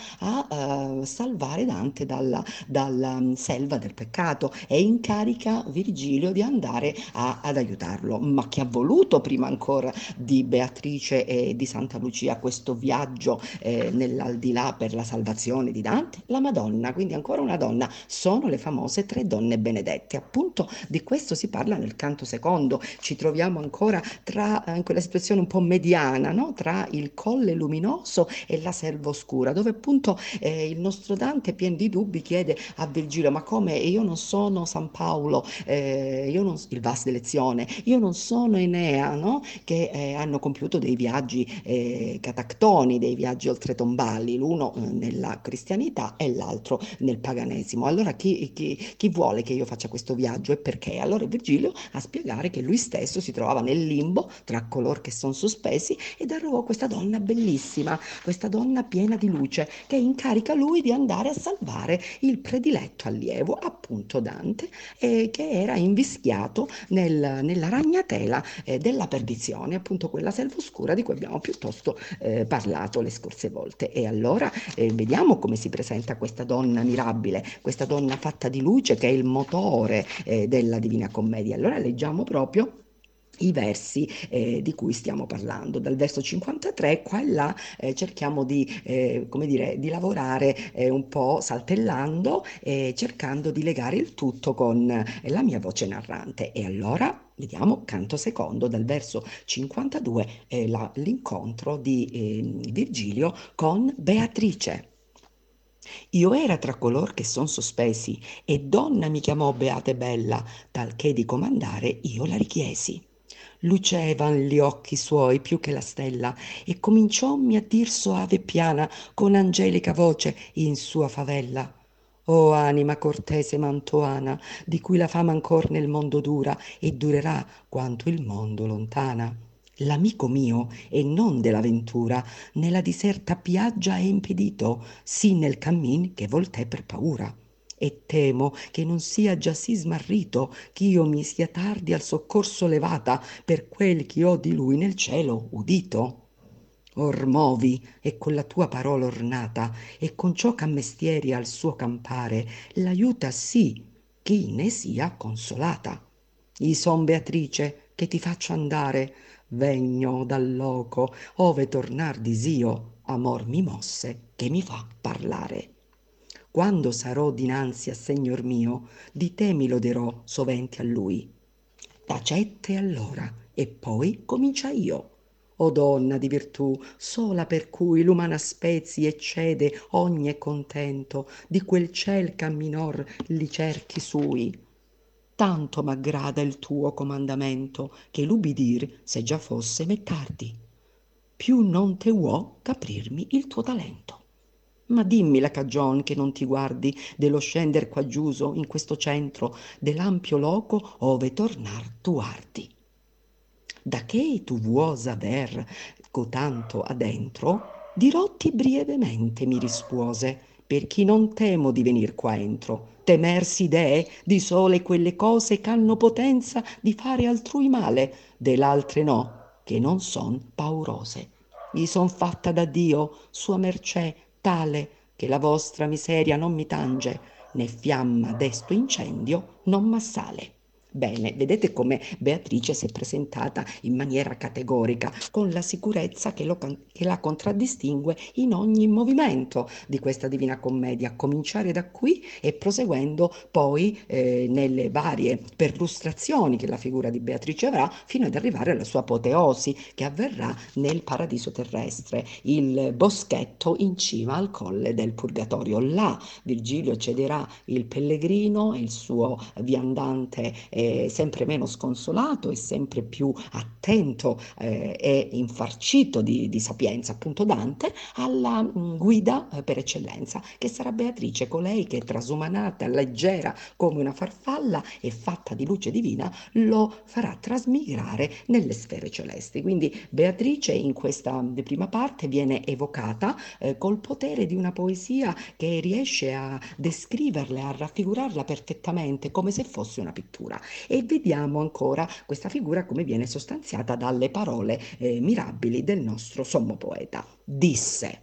a uh, salvare Dante dalla, dalla um, selva del peccato e incarica Virgilio di andare a, ad aiutarlo. Ma chi ha voluto prima ancora di Beatrice e di Santa Lucia questo viaggio eh, nell'aldilà per la salvazione di Dante? La Madonna, quindi ancora una donna. Sono le famose tre donne benedette. Appunto di questo si parla nel canto secondo. Ci troviamo ancora tra, in quella situazione un po' mediana, no? Tra il colle luminoso e la selva oscura, dove appunto eh, il nostro Dante, pieno di dubbi, chiede a Virgilio: ma come, io non sono San Paolo, eh, io non, il Vas de Lezione, io non sono Enea, no? Che eh, hanno compiuto dei viaggi eh, catactoni, dei viaggi oltretombali, l'uno eh, nella cristianità e l'altro nel paganesimo. Allora chi, chi, chi vuole che io faccia questo viaggio e perché? Allora Virgilio a spiegare che lui stesso si trovava nel limbo tra coloro che sono sospesi ed arrivò questa donna bellissima, questa donna piena di luce che incarica lui di andare a salvare il prediletto allievo, appunto Dante, eh, che era invischiato nel, nella ragnatela eh, della perdizione, appunto quella selva oscura di cui abbiamo piuttosto eh, parlato le scorse volte. E allora eh, vediamo come si presenta questa donna mirabile, questa donna fatta di luce che è il motore eh, della Divina Commedia. Allora leggiamo proprio i versi eh, di cui stiamo parlando, dal verso cinquantatré qua e là eh, cerchiamo di, eh, come dire, di lavorare eh, un po' saltellando e cercando di legare il tutto con eh, la mia voce narrante. E allora vediamo canto secondo, dal verso cinquantadue, eh, la, l'incontro di eh, Virgilio con Beatrice. Io era tra color che son sospesi, e donna mi chiamò beata e bella, talché di comandare io la richiesi. Lucevan gli occhi suoi più che la stella, e cominciommi a dir soave e piana, con angelica voce in sua favella: o anima cortese mantoana, di cui la fama ancor nel mondo dura, e durerà quanto il mondo lontana. L'amico mio, e non della ventura, nella diserta piaggia è impedito, sì nel cammin che voltè per paura. E temo che non sia già sì smarrito, ch'io mi sia tardi al soccorso levata, per quel che ho di lui nel cielo udito. Or movi, e con la tua parola ornata, e con ciò ch'ammestieri al suo campare, l'aiuta sì chi ne sia consolata. I son Beatrice, che ti faccio andare, vegno dal loco, ove tornar disio, amor mi mosse, che mi fa parlare. Quando sarò dinanzi a Signor mio, di te mi loderò sovente a lui. Tacette allora, e poi comincia io. O donna di virtù, sola per cui l'umana specie eccede ogni contento, di quel ciel che a minor li cerchi sui. Tanto m'aggrada il tuo comandamento, che l'ubidir, se già fosse me tardi. Più non te uò caprirmi il tuo talento. Ma dimmi la cagion che non ti guardi dello scender quaggiuso in questo centro dell'ampio loco ove tornar tu ardi. Da che tu vuos aver cotanto adentro, dirotti brevemente mi rispuose, per chi non temo di venir qua entro. Temersi dee di sole quelle cose ch'hanno potenza di fare altrui male, dell'altre no, che non son paurose. Gli son fatta da Dio, sua mercè, tale che la vostra miseria non mi tange, né fiamma desto incendio non m'assale. Bene, vedete come Beatrice si è presentata in maniera categorica, con la sicurezza che, lo, che la contraddistingue in ogni movimento di questa Divina Commedia, a cominciare da qui e proseguendo poi eh, nelle varie perlustrazioni che la figura di Beatrice avrà, fino ad arrivare alla sua apoteosi, che avverrà nel paradiso terrestre, il boschetto in cima al colle del Purgatorio. Là Virgilio cederà il pellegrino, il suo viandante eh, eh, sempre meno sconsolato e sempre più attento eh, e infarcito di, di sapienza, appunto Dante, alla mh, guida eh, per eccellenza, che sarà Beatrice, colei che trasumanata, leggera come una farfalla e fatta di luce divina, lo farà trasmigrare nelle sfere celesti. Quindi Beatrice in questa prima parte viene evocata eh, col potere di una poesia che riesce a descriverla, a raffigurarla perfettamente come se fosse una pittura. E vediamo ancora questa figura come viene sostanziata dalle parole eh, mirabili del nostro sommo poeta. Disse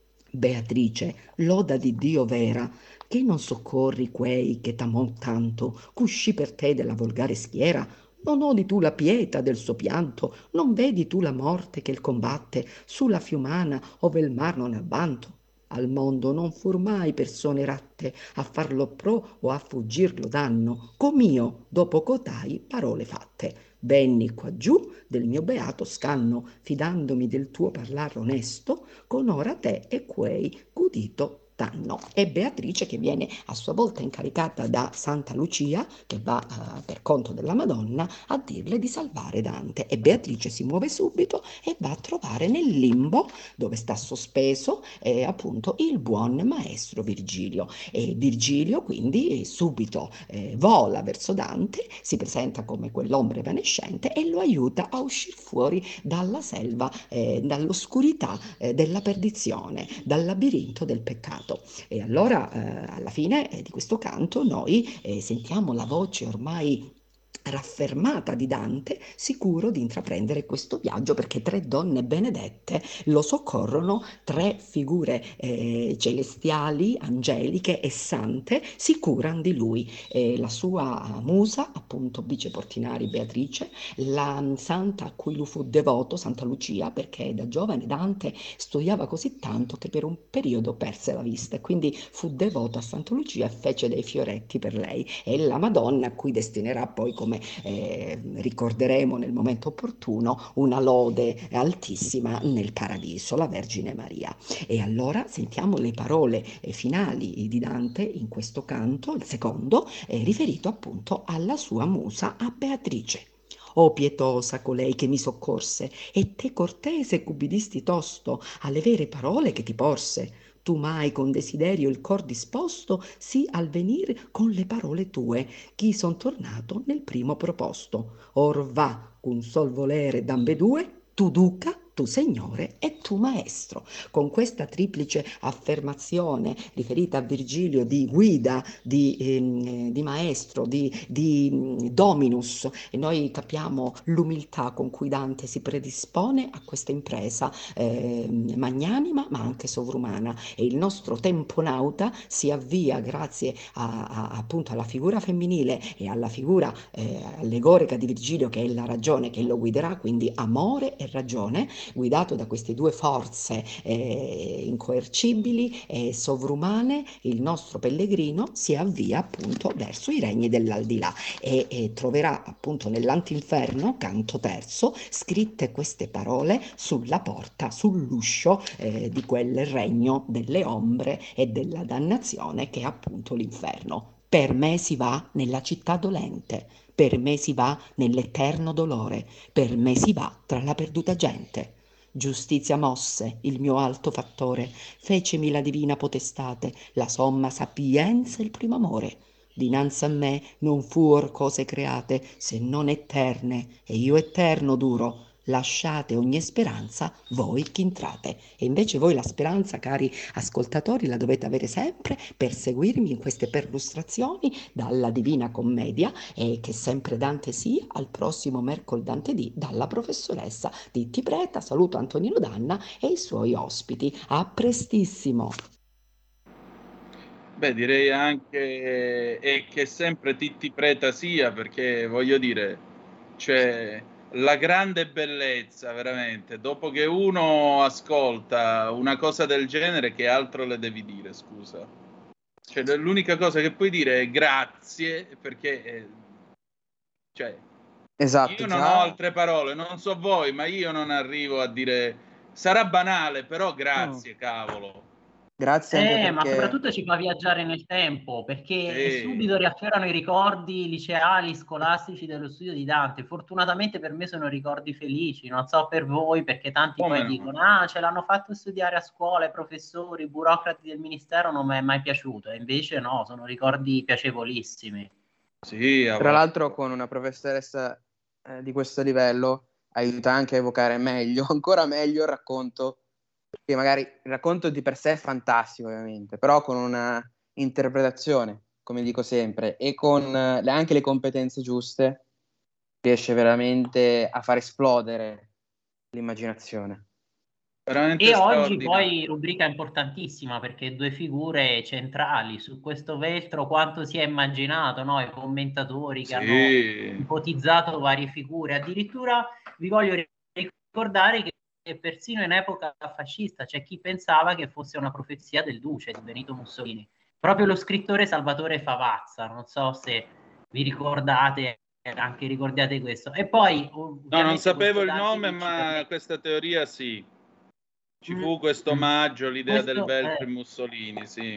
Beatrice, loda di Dio vera, che non soccorri quei che t'amò tanto, cusci per te della volgare schiera. Non odi tu la pietà del suo pianto, non vedi tu la morte che il combatte sulla fiumana ove il mar non ha vanto. Al mondo non fur mai persone ratte a farlo pro o a fuggirlo danno, com'io dopo cotai parole fatte. Venni qua giù del mio beato scanno, fidandomi del tuo parlar onesto, con ora te e quei gudito danno. È Beatrice che viene a sua volta incaricata da Santa Lucia, che va uh, per conto della Madonna a dirle di salvare Dante, e Beatrice si muove subito e va a trovare nel limbo dove sta sospeso eh, appunto il buon maestro Virgilio, e Virgilio quindi subito eh, vola verso Dante, si presenta come quell'ombra evanescente e lo aiuta a uscire fuori dalla selva, eh, dall'oscurità eh, della perdizione, dal labirinto del peccato. E allora eh, alla fine eh, di questo canto noi eh, sentiamo la voce ormai raffermata di Dante, sicuro di intraprendere questo viaggio, perché tre donne benedette lo soccorrono, tre figure eh, celestiali, angeliche e sante si curano di lui, eh, la sua musa, appunto Bice Portinari Beatrice, la santa a cui lui fu devoto, Santa Lucia, perché da giovane Dante studiava così tanto che per un periodo perse la vista e quindi fu devoto a Santa Lucia e fece dei fioretti per lei, e la Madonna a cui destinerà poi, come Eh, ricorderemo nel momento opportuno, una lode altissima nel paradiso, la Vergine Maria. E allora sentiamo le parole eh, finali di Dante in questo canto, il secondo, eh, riferito appunto alla sua musa, a Beatrice. O pietosa colei che mi soccorse, e te cortese cubbidisti tosto alle vere parole che ti porse. Tu mai con desiderio il cor disposto, sì al venir con le parole tue, chi son tornato nel primo proposto. Or va, con sol volere d'ambedue, tu duca, tu signore e tu maestro. Con questa triplice affermazione riferita a Virgilio di guida, di, ehm, di maestro, di, di dominus, e noi capiamo l'umiltà con cui Dante si predispone a questa impresa eh, magnanima ma anche sovrumana, e il nostro temponauta si avvia grazie a, a, appunto alla figura femminile e alla figura eh, allegorica di Virgilio, che è la ragione che lo guiderà, quindi amore e ragione, guidato da queste due forze eh, incoercibili e sovrumane. Il nostro pellegrino si avvia appunto verso i regni dell'aldilà e, e troverà appunto nell'antinferno, canto terzo, scritte queste parole sulla porta, sull'uscio eh, di quel regno delle ombre e della dannazione che è appunto l'inferno. Per me si va nella città dolente, per me si va nell'eterno dolore, per me si va tra la perduta gente. Giustizia mosse il mio alto fattore, fecemi la divina potestate, la somma sapienza e il primo amore. Dinanzi a me non fuor cose create, se non eterne, e io eterno duro. Lasciate ogni speranza voi che entrate. E invece voi la speranza, cari ascoltatori, la dovete avere sempre per seguirmi in queste perlustrazioni dalla Divina Commedia, e che sempre Dante sia, al prossimo mercoledì Dante D dalla professoressa Titti Preta. Saluto Antonino Danna e i suoi ospiti. A prestissimo. Beh, direi anche e che sempre Titti Preta sia, perché voglio dire, cioè la grande bellezza, veramente, dopo che uno ascolta una cosa del genere, che altro le devi dire, scusa? Cioè, l'unica cosa che puoi dire è grazie, perché eh, cioè, esatto, io non già... ho altre parole, non so voi, ma io non arrivo a dire, sarà banale, però grazie, oh. Cavolo. Grazie anche Eh, perché... ma soprattutto ci fa viaggiare nel tempo, perché Sì. subito riaffiorano i ricordi liceali, scolastici dello studio di Dante. Fortunatamente per me sono ricordi felici, non so per voi, perché tanti Come poi no? dicono ah, ce l'hanno fatto studiare a scuola, i professori, i burocrati del ministero, non mi è mai piaciuto. E invece no, sono ricordi piacevolissimi. Sì, a Tra voglia. l'altro con una professoressa eh, di questo livello aiuta anche a evocare meglio, ancora meglio il racconto, che magari il racconto di per sé è fantastico ovviamente, però con una interpretazione, come dico sempre, e con eh, le- anche le competenze giuste, riesce veramente a far esplodere l'immaginazione. Veramente E oggi straordinario. poi rubrica importantissima, perché due figure centrali su questo veltro, quanto si è immaginato, no? I commentatori che hanno Sì. ipotizzato varie figure. Addirittura vi voglio ricordare che persino in epoca fascista c'è chi pensava che fosse una profezia del Duce di Benito Mussolini. Proprio lo scrittore Salvatore Favazza, non so se vi ricordate, anche ricordiate questo. E poi No, non sapevo il nome, ma me... questa teoria sì. Ci fu Mm. questo omaggio, l'idea Questo, del veltro eh, in Mussolini, sì.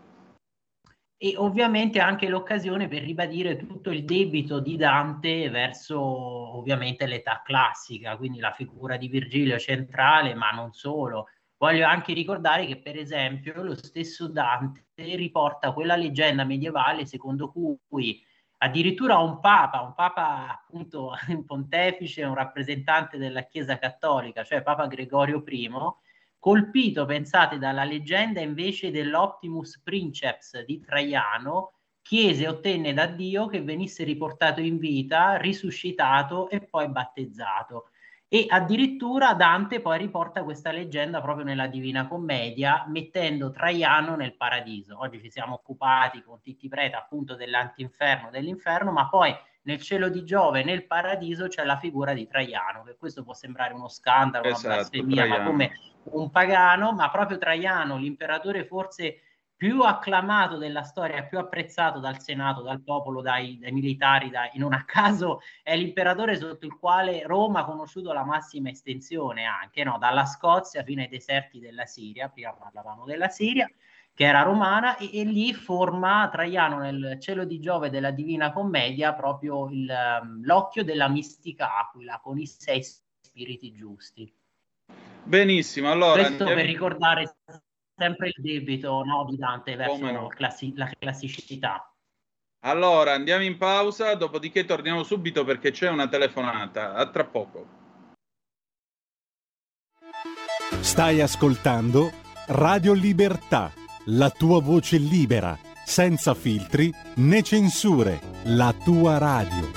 E ovviamente anche l'occasione per ribadire tutto il debito di Dante verso ovviamente l'età classica, quindi la figura di Virgilio centrale, ma non solo. Voglio anche ricordare che, per esempio, lo stesso Dante riporta quella leggenda medievale secondo cui addirittura un papa, un papa appunto un pontefice, un rappresentante della Chiesa Cattolica, cioè Papa Gregorio primo, colpito, pensate, dalla leggenda invece dell'Optimus Princeps di Traiano, chiese e ottenne da Dio che venisse riportato in vita, risuscitato e poi battezzato. E addirittura Dante poi riporta questa leggenda proprio nella Divina Commedia, mettendo Traiano nel paradiso. Oggi ci siamo occupati con Titti Preta appunto dell'antinferno, dell'inferno, ma poi nel cielo di Giove, nel paradiso, c'è la figura di Traiano, che questo può sembrare uno scandalo, una Esatto, blasfemia, Traiano. ma come un pagano, ma proprio Traiano, l'imperatore forse più acclamato della storia, più apprezzato dal Senato, dal popolo, dai, dai militari, dai, non a caso è l'imperatore sotto il quale Roma ha conosciuto la massima estensione anche, no? Dalla Scozia fino ai deserti della Siria, prima parlavamo della Siria, che era romana, e, e lì forma Traiano nel cielo di Giove della Divina Commedia proprio il, um, l'occhio della mistica aquila con i sei spiriti giusti. Benissimo, allora Questo andiamo... per ricordare sempre il debito, no, di Dante verso Come no. classi- la classicità. Allora andiamo in pausa, dopodiché torniamo subito perché c'è una telefonata. A tra poco. Stai ascoltando Radio Libertà, la tua voce libera, senza filtri né censure, la tua radio.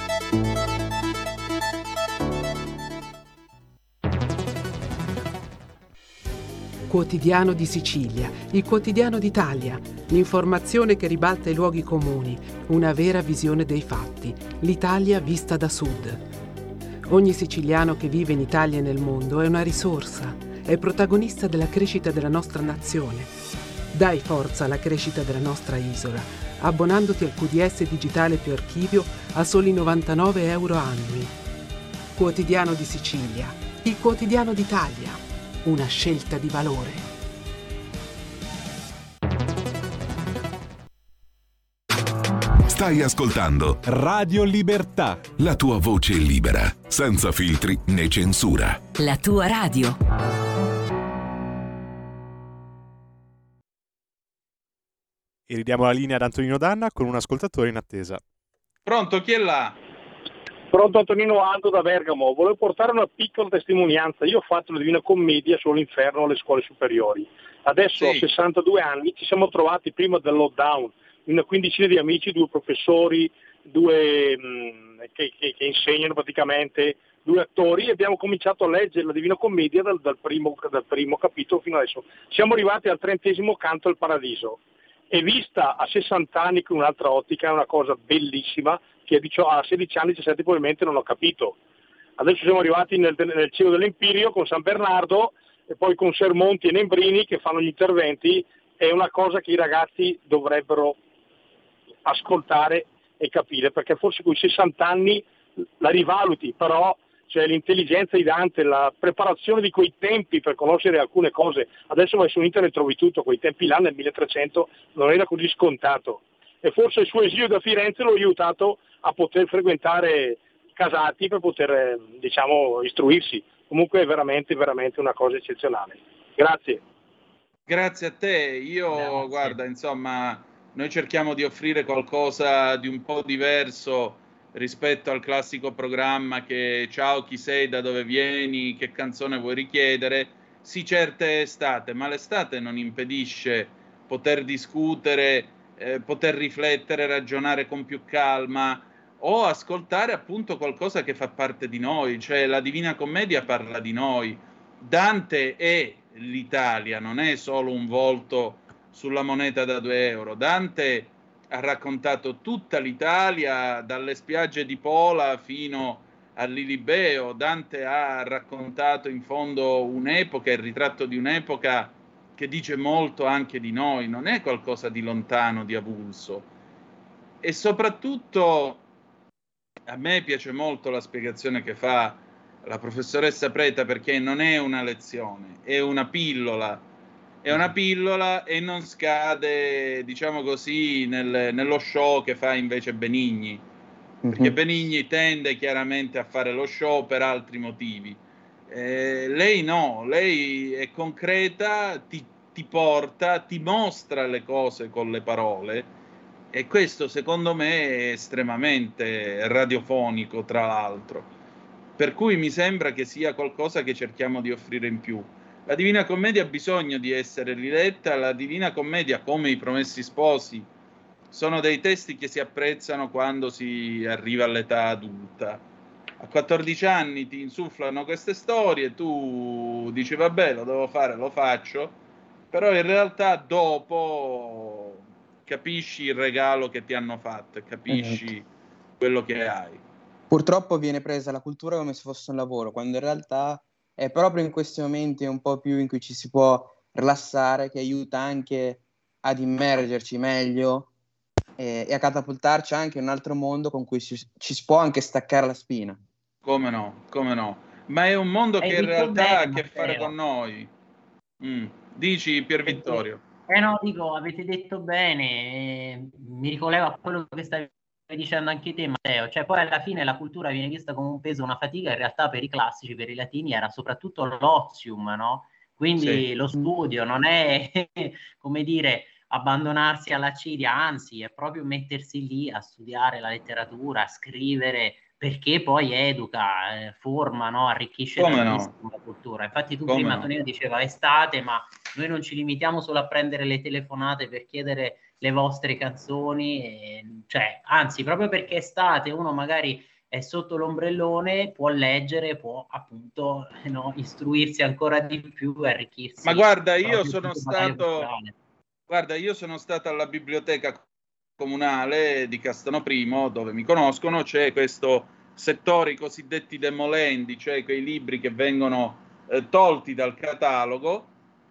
Quotidiano di Sicilia, il quotidiano d'Italia, l'informazione che ribalta i luoghi comuni, una vera visione dei fatti, l'Italia vista da sud. Ogni siciliano che vive in Italia e nel mondo è una risorsa, è protagonista della crescita della nostra nazione. Dai forza alla crescita della nostra isola, abbonandoti al Q D S digitale più archivio a soli novantanove euro annui. Quotidiano di Sicilia, il quotidiano d'Italia. Una scelta di valore. Stai ascoltando Radio Libertà, la tua voce libera, senza filtri né censura. La tua radio. E ridiamo la linea ad Antonino Danna con un ascoltatore in attesa. Pronto, chi è là? Pronto, Antonino Aldo da Bergamo. Volevo portare una piccola testimonianza. Io ho fatto la Divina Commedia sull'inferno alle scuole superiori. Adesso Sì. ho sessantadue anni, ci siamo trovati prima del lockdown, una quindicina di amici, due professori, due mh, che, che, che insegnano praticamente, due attori, e abbiamo cominciato a leggere la Divina Commedia dal, dal, primo, dal primo capitolo fino adesso. Siamo arrivati al trentesimo canto al Paradiso. E vista a sessanta anni con un'altra ottica è una cosa bellissima che a sedici anni, diciassette probabilmente non ho capito. Adesso siamo arrivati nel, nel cielo dell'Empirio con San Bernardo e poi con Sermonti e Nembrini che fanno gli interventi. È una cosa che i ragazzi dovrebbero ascoltare e capire, perché forse con i sessanta anni la rivaluti, però cioè l'intelligenza di Dante, la preparazione di quei tempi per conoscere alcune cose. Adesso vai su internet e trovi tutto, quei tempi là nel milletrecento non era così scontato. E forse il suo esilio da Firenze lo ha aiutato a poter frequentare casati per poter, diciamo, istruirsi. Comunque è veramente, veramente una cosa eccezionale. Grazie. Grazie a te. Io, Grazie. guarda, insomma, noi cerchiamo di offrire qualcosa di un po' diverso rispetto al classico programma che ciao, chi sei, da dove vieni, che canzone vuoi richiedere. Sì, certe estate, ma l'estate non impedisce poter discutere, eh, poter riflettere, ragionare con più calma o ascoltare appunto qualcosa che fa parte di noi, cioè la Divina Commedia parla di noi. Dante è l'Italia, non è solo un volto sulla moneta da due euro. Dante ha raccontato tutta l'Italia, dalle spiagge di Pola fino all'Ilibeo. Dante ha raccontato in fondo un'epoca, il ritratto di un'epoca che dice molto anche di noi, non è qualcosa di lontano, di avulso. E soprattutto a me piace molto la spiegazione che fa la professoressa Preta, perché non è una lezione, è una pillola. È una pillola e non scade, diciamo così, nel, nello show che fa invece Benigni. Perché Benigni tende chiaramente a fare lo show per altri motivi. Eh, lei no, lei è concreta, ti, ti porta, ti mostra le cose con le parole, e questo secondo me è estremamente radiofonico, tra l'altro. Per cui mi sembra che sia qualcosa che cerchiamo di offrire in più. La Divina Commedia ha bisogno di essere riletta. La Divina Commedia, come i Promessi Sposi, sono dei testi che si apprezzano quando si arriva all'età adulta. A quattordici anni ti insufflano queste storie, tu dici vabbè, lo devo fare, lo faccio, però in realtà dopo capisci il regalo che ti hanno fatto, capisci esatto. quello che hai. Purtroppo viene presa la cultura come se fosse un lavoro, quando in realtà è proprio in questi momenti un po' più in cui ci si può rilassare, che aiuta anche ad immergerci meglio e, e a catapultarci anche in un altro mondo con cui ci, ci si può anche staccare la spina. Come no, come no. Ma è un mondo Hai che in realtà bene, ha a che Matteo. fare con noi. Mm. Dici, Pier Vittorio. Eh no, dico, avete detto bene, eh, mi ricollego a quello che stavi dicendo anche te, Matteo, cioè poi alla fine la cultura viene vista come un peso, una fatica. In realtà per i classici, per i latini era soprattutto l'ozium, no? Quindi sì. lo studio non è, come dire, abbandonarsi alla cidia, anzi è proprio mettersi lì a studiare la letteratura, a scrivere, perché poi educa, eh, forma, no? Arricchisce no? la cultura. Infatti tu come prima, no? Tonino, diceva estate, ma noi non ci limitiamo solo a prendere le telefonate per chiedere le vostre canzoni, e, cioè, anzi, proprio perché estate uno magari è sotto l'ombrellone, può leggere, può appunto no, istruirsi ancora di più e arricchirsi. Ma guarda, io sono stato guarda, io sono stato alla biblioteca comunale di Castano Primo, dove mi conoscono, c'è questo settore, i cosiddetti demolendi, cioè quei libri che vengono eh, tolti dal catalogo.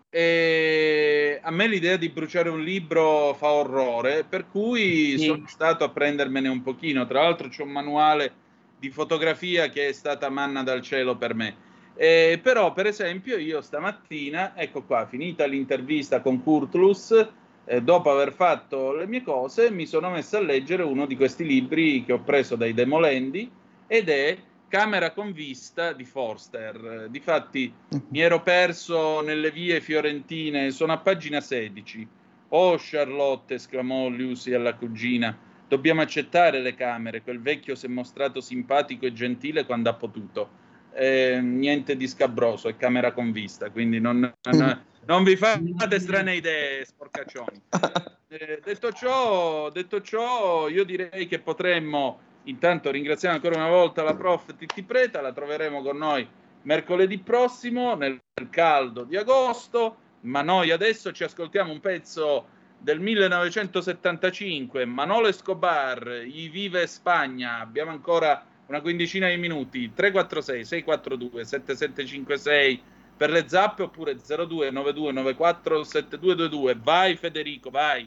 E a me l'idea di bruciare un libro fa orrore, per cui sì. sono stato a prendermene un pochino. Tra l'altro c'è un manuale di fotografia che è stata manna dal cielo per me. E però, per esempio, io stamattina, ecco qua, finita l'intervista con Curtlus, eh, dopo aver fatto le mie cose, mi sono messo a leggere uno di questi libri che ho preso dai Demolendi, ed è Camera con vista di Forster. Difatti mi ero perso nelle vie fiorentine, sono a pagina sedici. Oh Charlotte, esclamò Lucy alla cugina, dobbiamo accettare le camere, quel vecchio si è mostrato simpatico e gentile quando ha potuto. Eh, niente di scabroso, è camera con vista, quindi non, non, non vi fate strane idee, sporcaccioni. Eh, detto ciò, detto ciò, io direi che potremmo... Intanto ringraziamo ancora una volta la prof Titti Preta, la troveremo con noi mercoledì prossimo nel caldo di agosto, ma noi adesso ci ascoltiamo un pezzo del millenovecentosettantacinque, Manolo Escobar, I Vive Spagna. Abbiamo ancora una quindicina di minuti, tre quattro sei sei quattro due sette sette cinque sei per le zappe, oppure zero due nove due nove quattro sette due due due. Vai Federico, vai.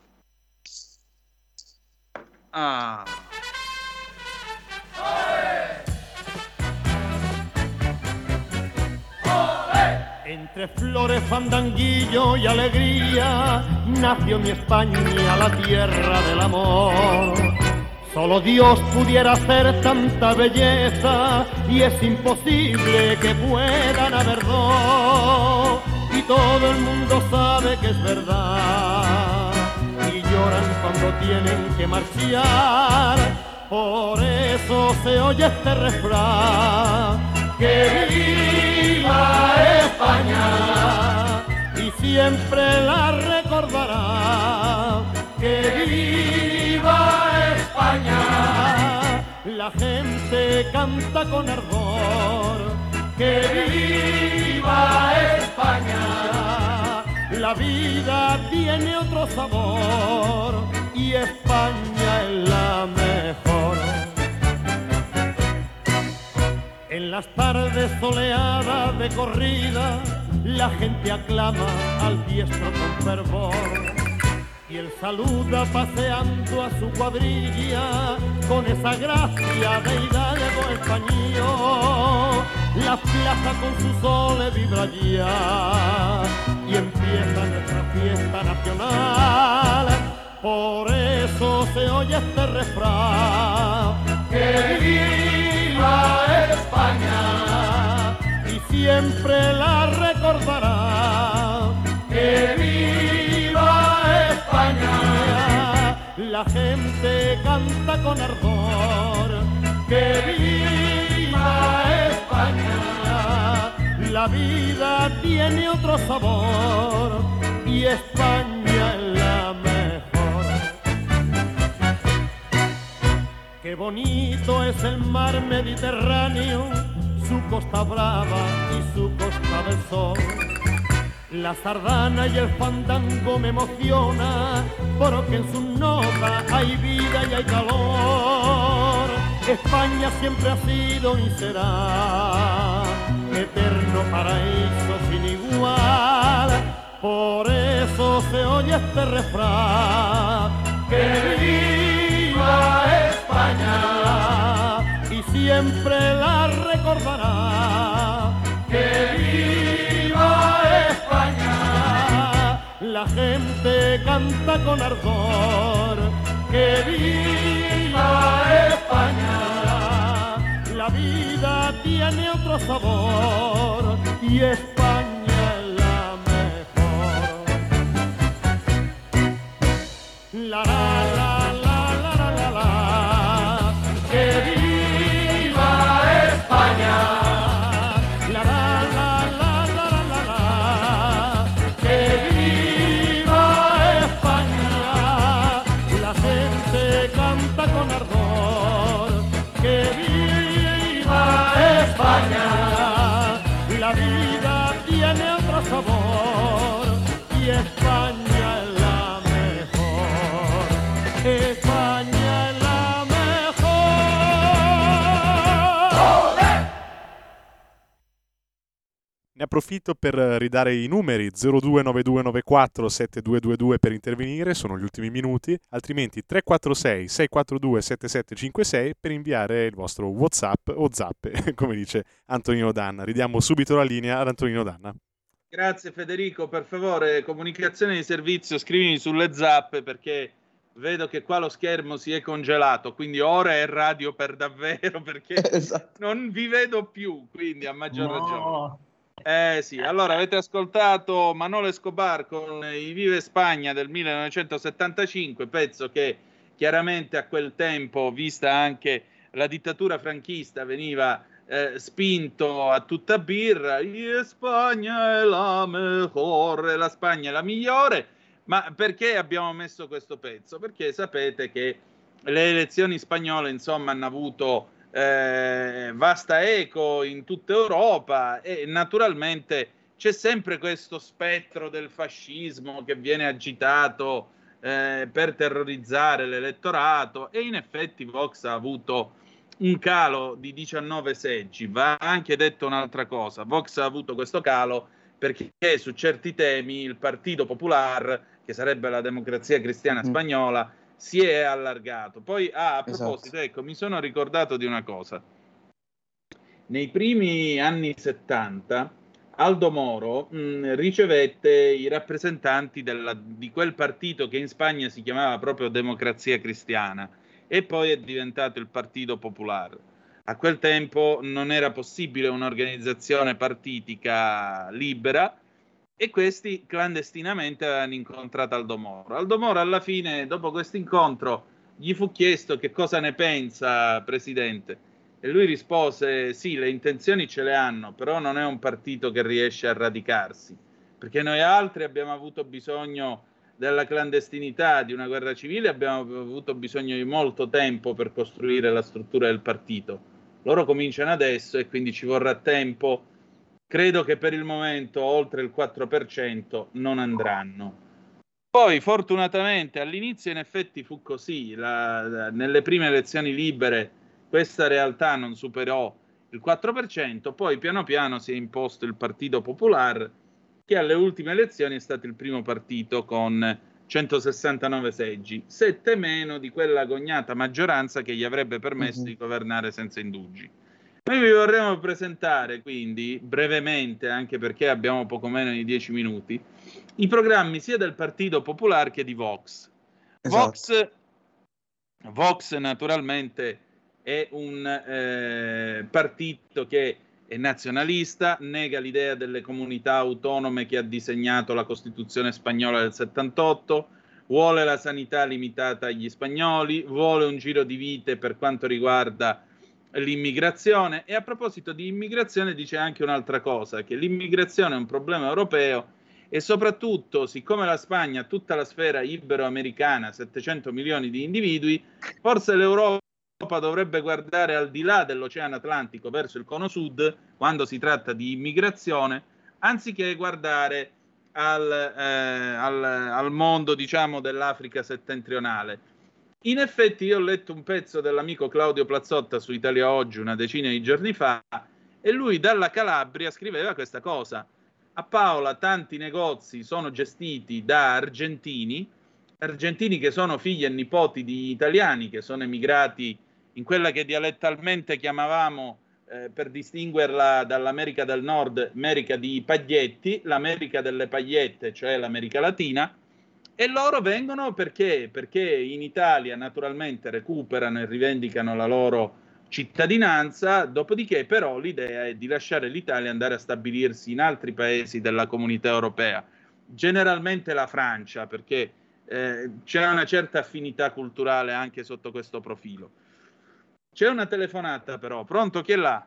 Ah. Entre flores, fandanguillo y alegría nació mi España, la tierra del amor. Solo Dios pudiera hacer tanta belleza y es imposible que puedan haber dos. Y todo el mundo sabe que es verdad y lloran cuando tienen que marchar. Por eso se oye este refrán: que viva España, y siempre la recordará. Que viva España, la gente canta con ardor. Que viva España, la vida tiene otro sabor y España es la mejor. En las tardes soleadas de corrida, la gente aclama al diestro con fervor. Y él saluda paseando a su cuadrilla con esa gracia de hidalgo español. La plaza con su sol vibra ya y empieza nuestra fiesta nacional. Por eso se oye este refrán: que viva España, y siempre la recordará. Que viva España, la gente canta con ardor. Que viva España, la vida tiene otro sabor y España es la mejor. Qué bonito es el mar Mediterráneo, su costa brava y su costa del sol. La sardana y el fandango me emociona, porque en sus notas hay vida y hay calor. España siempre ha sido y será eterno paraíso sin igual. Por eso se oye este refrán: que viva España, y siempre la recordará. Que viva España, la gente canta con ardor. Que viva España, la vida tiene otro sabor y España es la mejor. La la la la la la la la. Que viva España. Con ardor, que viva España, la vida tiene otro sabor y España es la mejor. España es la mejor. Ne approfitto per ridare i numeri: zero due nove due nove quattro sette due due due per intervenire, sono gli ultimi minuti, altrimenti tre quattro sei sei quattro due sette sette cinque sei per inviare il vostro WhatsApp o Zap, come dice Antonino Danna. Ridiamo subito la linea ad Antonino Danna. Grazie Federico, per favore comunicazione di servizio, scrivimi sulle Zap perché vedo che qua lo schermo si è congelato, quindi ora è radio per davvero, perché esatto. Non vi vedo più, quindi a maggior no. ragione. Eh sì, allora avete ascoltato Manolo Escobar con I Vive Spagna del millenovecentosettantacinque, pezzo che chiaramente a quel tempo, vista anche la dittatura franchista, veniva eh, spinto a tutta birra. Y Spagna è la mejor, la Spagna è la migliore. Ma perché abbiamo messo questo pezzo? Perché sapete che le elezioni spagnole, insomma, hanno avuto Eh, vasta eco in tutta Europa e naturalmente c'è sempre questo spettro del fascismo che viene agitato eh, per terrorizzare l'elettorato, e in effetti Vox ha avuto un calo di diciannove seggi. Va anche detto un'altra cosa: Vox ha avuto questo calo perché su certi temi il Partito Popular, che sarebbe la Democrazia Cristiana Spagnola, si è allargato. Poi, ah, a proposito, esatto. ecco, mi sono ricordato di una cosa. Nei primi anni settanta Aldo Moro mh, ricevette i rappresentanti della, di quel partito che in Spagna si chiamava proprio Democrazia Cristiana e poi è diventato il Partito Popolare. A quel tempo non era possibile un'organizzazione partitica libera e questi clandestinamente avevano incontrato Aldo Moro. Aldo Moro alla fine, dopo questo incontro, gli fu chiesto che cosa ne pensa, Presidente, e lui rispose: sì, le intenzioni ce le hanno, però non è un partito che riesce a radicarsi, perché noi altri abbiamo avuto bisogno della clandestinità, di una guerra civile, abbiamo avuto bisogno di molto tempo per costruire la struttura del partito. Loro cominciano adesso e quindi ci vorrà tempo. Credo che per il momento oltre il quattro per cento non andranno. Poi fortunatamente all'inizio in effetti fu così, la, la, nelle prime elezioni libere questa realtà non superò il quattro per cento, poi piano piano si è imposto il Partito Popolare, che alle ultime elezioni è stato il primo partito con centosessantanove seggi, sette meno di quella agognata maggioranza che gli avrebbe permesso uh-huh. di governare senza indugi. Noi vi vorremmo presentare quindi brevemente, anche perché abbiamo poco meno di dieci minuti, i programmi sia del Partito Popolare che di Vox. Esatto. Vox, Vox naturalmente è un eh, partito che è nazionalista, nega l'idea delle comunità autonome che ha disegnato la Costituzione spagnola del settantotto, vuole la sanità limitata agli spagnoli, vuole un giro di vite per quanto riguarda l'immigrazione, e a proposito di immigrazione dice anche un'altra cosa, che l'immigrazione è un problema europeo e soprattutto, siccome la Spagna ha tutta la sfera ibero-americana, settecento milioni di individui, forse l'Europa dovrebbe guardare al di là dell'Oceano Atlantico verso il cono sud quando si tratta di immigrazione, anziché guardare al, eh, al, al mondo, diciamo, dell'Africa settentrionale. In effetti io ho letto un pezzo dell'amico Claudio Plazzotta su Italia Oggi una decina di giorni fa e lui dalla Calabria scriveva questa cosa: a Paola tanti negozi sono gestiti da argentini, argentini che sono figli e nipoti di italiani che sono emigrati in quella che dialettalmente chiamavamo, eh, per distinguerla dall'America del Nord, America di Paglietti, l'America delle pagliette, cioè l'America Latina, e loro vengono perché? Perché in Italia naturalmente recuperano e rivendicano la loro cittadinanza, dopodiché però l'idea è di lasciare l'Italia e andare a stabilirsi in altri paesi della comunità europea, generalmente la Francia, perché eh, c'è una certa affinità culturale anche sotto questo profilo. C'è una telefonata però, pronto, chi è là?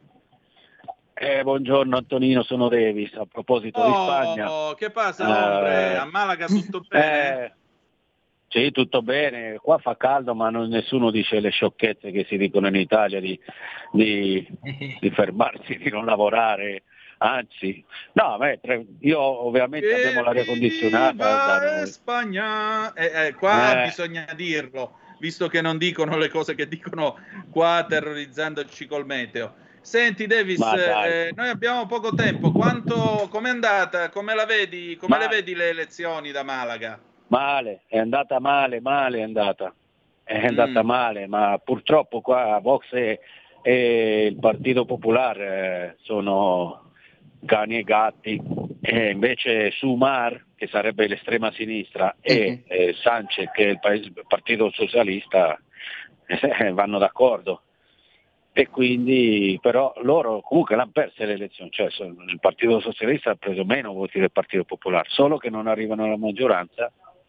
Eh, buongiorno Antonino, sono Davis, a proposito oh, di Spagna. Oh, che passa, eh, a Malaga tutto bene? Eh, sì, tutto bene, qua fa caldo ma non, nessuno dice le sciocchezze che si dicono in Italia di, di, di fermarsi, di non lavorare, anzi, no, beh, io ovviamente che abbiamo l'aria condizionata. Da Spagna, eh, eh, qua eh. bisogna dirlo, visto che non dicono le cose che dicono qua terrorizzandoci col meteo. Senti Davis, eh, noi abbiamo poco tempo, quanto, com'è andata, come la vedi, come le vedi le elezioni da Malaga? Male, è andata male, male è andata, è andata mm. male, ma purtroppo qua Vox e, e il Partito Popolare sono cani e gatti, e invece Sumar, che sarebbe l'estrema sinistra, mm-hmm. e eh, Sanchez, che è il, paese, il Partito Socialista, eh, vanno d'accordo. E quindi però loro comunque l'hanno persa le elezioni, cioè il Partito Socialista ha preso meno voti del Partito Popolare, solo che non arrivano alla maggioranza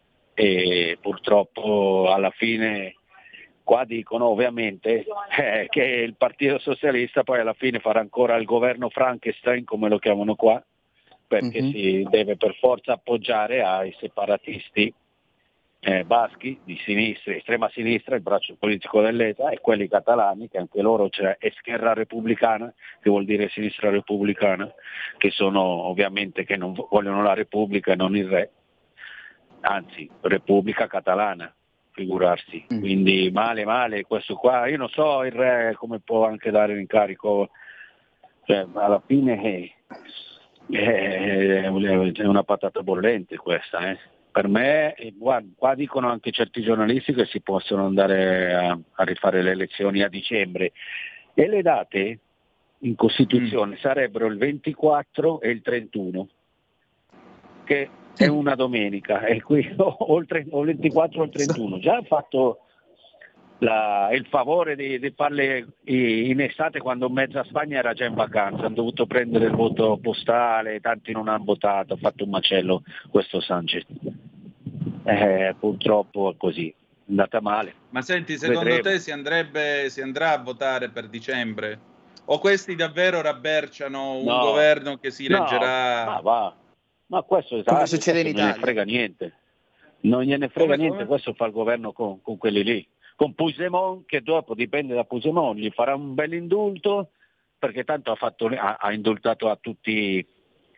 e purtroppo alla fine qua dicono ovviamente eh, che il Partito Socialista poi alla fine farà ancora il governo Frankenstein, come lo chiamano qua, perché mm-hmm. si deve per forza appoggiare ai separatisti Eh, baschi di sinistra, estrema sinistra, il braccio politico dell'E T A, e quelli catalani, che anche loro c'è Esquerra Repubblicana, che vuol dire sinistra repubblicana, che sono ovviamente che non vogliono la Repubblica e non il re, anzi Repubblica Catalana, figurarsi. Mm. Quindi male male questo qua, io non so il re come può anche dare l'incarico, cioè, alla fine eh, è una patata bollente questa, eh. Per me, guarda, qua dicono anche certi giornalisti che si possono andare a, a rifare le elezioni a dicembre, e le date in Costituzione mm. sarebbero il ventiquattro e il trentuno, che è una domenica, e qui o il, o il ventiquattro o il trentuno. Già ha fatto la, il favore di, di farle in estate, quando mezza Spagna era già in vacanza, hanno dovuto prendere il voto postale, tanti non hanno votato, ha fatto un macello questo Sanchez. Eh, purtroppo è così, è andata male. Ma senti, secondo Vedremo. te si andrebbe, si andrà a votare per dicembre? O questi davvero rabberciano un no, governo che si reggerà? No, ma va. Ma questo è come succede in Italia. Non gliene frega niente. Non gliene frega come, niente, come? Questo fa il governo con, con quelli lì. Con Puigdemont, che dopo dipende da Puigdemont, gli farà un bel indulto, perché tanto ha, fatto, ha, ha indultato a tutti,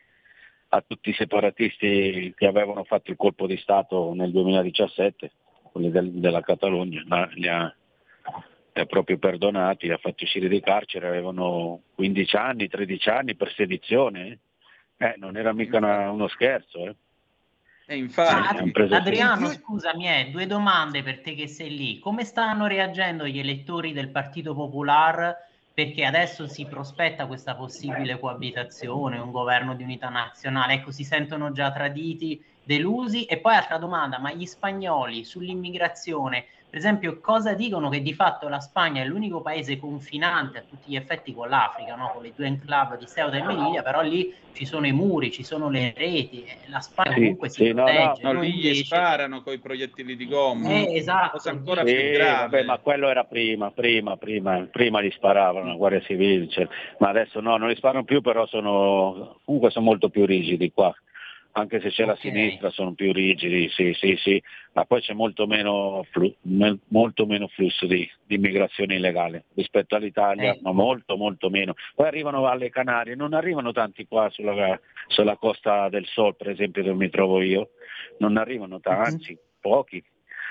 a tutti i separatisti che avevano fatto il colpo di Stato nel duemiladiciassette, quelli del, della Catalogna, li ha, li ha proprio perdonati, li ha fatti uscire di carcere, avevano quindici anni, tredici anni per sedizione, eh, eh non era mica una, uno scherzo, eh. E infatti, ah, Adriano, scusami, eh, due domande per te che sei lì. Come stanno reagendo gli elettori del Partito Popolare? Perché adesso si prospetta questa possibile coabitazione, un governo di unità nazionale, ecco, si sentono già traditi, delusi. E poi altra domanda, ma gli spagnoli sull'immigrazione, per esempio, cosa dicono? Che di fatto la Spagna è l'unico paese confinante a tutti gli effetti con l'Africa, no? Con le due enclave di Ceuta e Melilla, però lì ci sono i muri, ci sono le reti, la Spagna sì, comunque si sì, protegge. No, no, lì invece... gli sparano coi proiettili di gomma. Eh, esatto. Cosa ancora sì, più grave. Vabbè, ma quello era prima, prima, prima, prima gli sparavano, la Guardia Civile, cioè, ma adesso no, non li sparano più, però sono comunque sono molto più rigidi qua. Anche se c'è okay. la sinistra sono più rigidi, sì, sì, sì, ma poi c'è molto meno, flu- molto meno flusso di, di immigrazione illegale rispetto all'Italia, eh. ma molto, molto meno. Poi arrivano alle Canarie, non arrivano tanti qua sulla, sulla Costa del Sol, per esempio, dove mi trovo io, non arrivano tanti, uh-huh. pochi,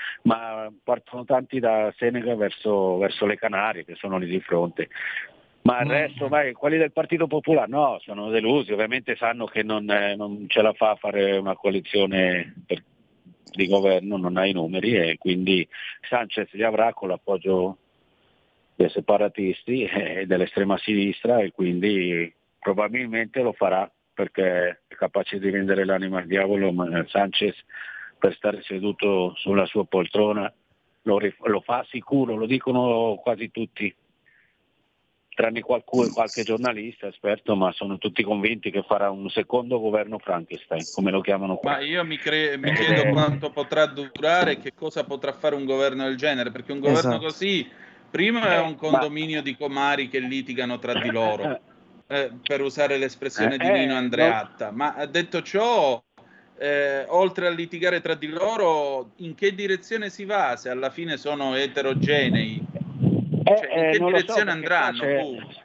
ma partono tanti da Senegal verso, verso le Canarie, che sono lì di fronte. Ma il resto, vai, quelli del Partito Popolare, no, sono delusi, ovviamente sanno che non, eh, non ce la fa a fare una coalizione per, di governo, non ha i numeri, e quindi Sanchez li avrà con l'appoggio dei separatisti e dell'estrema sinistra, e quindi probabilmente lo farà, perché è capace di vendere l'anima al diavolo, ma Sanchez, per stare seduto sulla sua poltrona, lo, lo fa sicuro, lo dicono quasi tutti, tranne qualcuno, qualche giornalista esperto, ma sono tutti convinti che farà un secondo governo Frankenstein, come lo chiamano qua. Ma io mi, cre- mi chiedo eh. quanto potrà durare e che cosa potrà fare un governo del genere, perché un governo esatto. così, prima è un condominio ma... di comari che litigano tra di loro, eh, per usare l'espressione di Nino Andreatta, no. ma detto ciò, eh, oltre a litigare tra di loro, in che direzione si va se alla fine sono eterogenei? Cioè, in che eh, direzione so, andranno? C'è,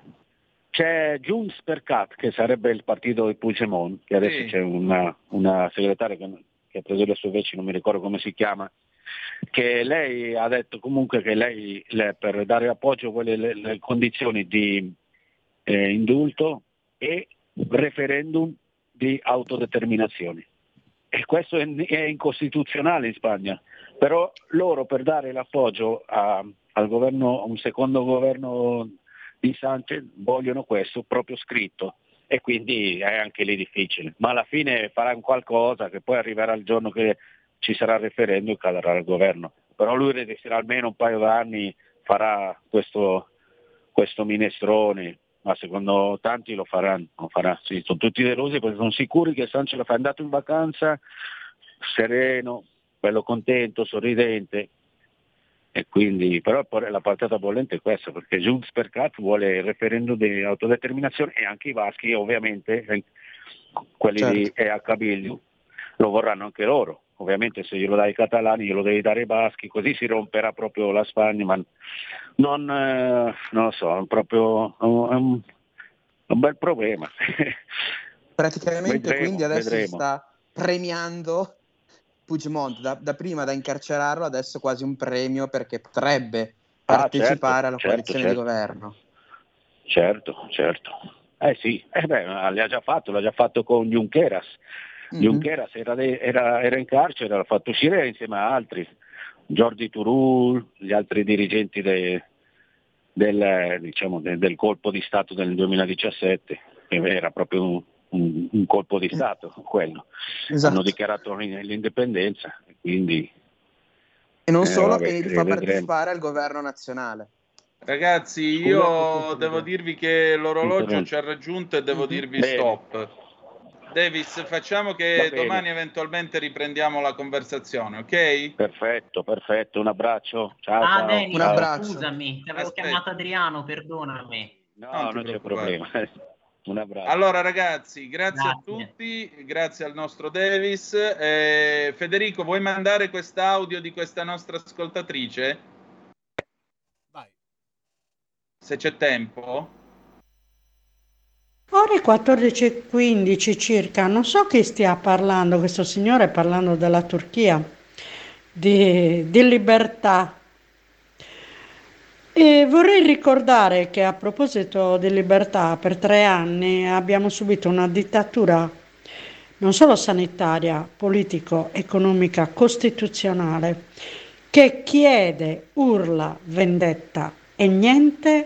c'è Junts per Cat, che sarebbe il partito di Puigdemont, che adesso sì. c'è una, una segretaria che, che ha preso le sue veci, non mi ricordo come si chiama, che lei ha detto comunque che lei, lei per dare appoggio a quelle le, le condizioni di eh, indulto e referendum di autodeterminazione. E questo è, è incostituzionale in Spagna, però loro, per dare l'appoggio a al governo, un secondo governo di Sanchez, vogliono questo proprio scritto, e quindi è anche lì difficile, ma alla fine faranno qualcosa che poi arriverà il giorno che ci sarà il referendum e cadrà il governo, però lui resterà almeno un paio d'anni, farà questo, questo minestrone, ma secondo tanti lo faranno, lo farà. Sì, sono tutti delusi perché sono sicuri che Sanchez lo fa, è andato in vacanza sereno, bello contento, sorridente. E quindi, però la patata bollente è questa, perché Junts per Cat vuole il referendum di autodeterminazione, e anche i vaschi, ovviamente, quelli certo. di E H Bildu, lo vorranno anche loro. Ovviamente se glielo dai ai catalani, glielo devi dare ai baschi, così si romperà proprio la Spagna, ma non, eh, non lo so, è proprio è un, un bel problema. Praticamente vedremo, quindi adesso vedremo. si sta premiando Puigdemont, da, da prima da incarcerarlo, adesso quasi un premio perché potrebbe partecipare ah, certo, alla certo, coalizione certo. di governo. Certo, certo. Eh sì, eh beh, l'ha già fatto, l'ha già fatto con Junqueras. Mm-hmm. Junqueras era, era, era in carcere, l'ha fatto uscire insieme a altri, Jordi Turul, gli altri dirigenti de, del, diciamo, de, del colpo di Stato del duemiladiciassette, che era proprio un, un, un colpo di Stato quello. Esatto. Hanno dichiarato l'indipendenza, quindi... E non eh, solo, vabbè, e li fa vedremo. partecipare al governo nazionale. Ragazzi, io devo dirvi che l'orologio ci ha raggiunto e devo dirvi Bene. stop. Davis, facciamo che domani eventualmente riprendiamo la conversazione, ok? Perfetto, perfetto, un abbraccio. Ciao, Ah, ciao. Dennis, Un abbraccio. scusami, ti avevo Aspetta. chiamato Adriano, perdonami. No, Non non, ti c'è preoccupare. problema. Un abbraccio. Allora ragazzi, grazie, a Grazie. tutti, grazie al nostro Davis. Eh, Federico, vuoi mandare quest'audio di questa nostra ascoltatrice? Vai. Se c'è tempo. Ore quattordici e quindici circa, non so chi stia parlando, questo signore parlando della Turchia, di, di libertà. E vorrei ricordare che a proposito di libertà, per tre anni abbiamo subito una dittatura non solo sanitaria, politico-economica, costituzionale, che chiede, urla vendetta e niente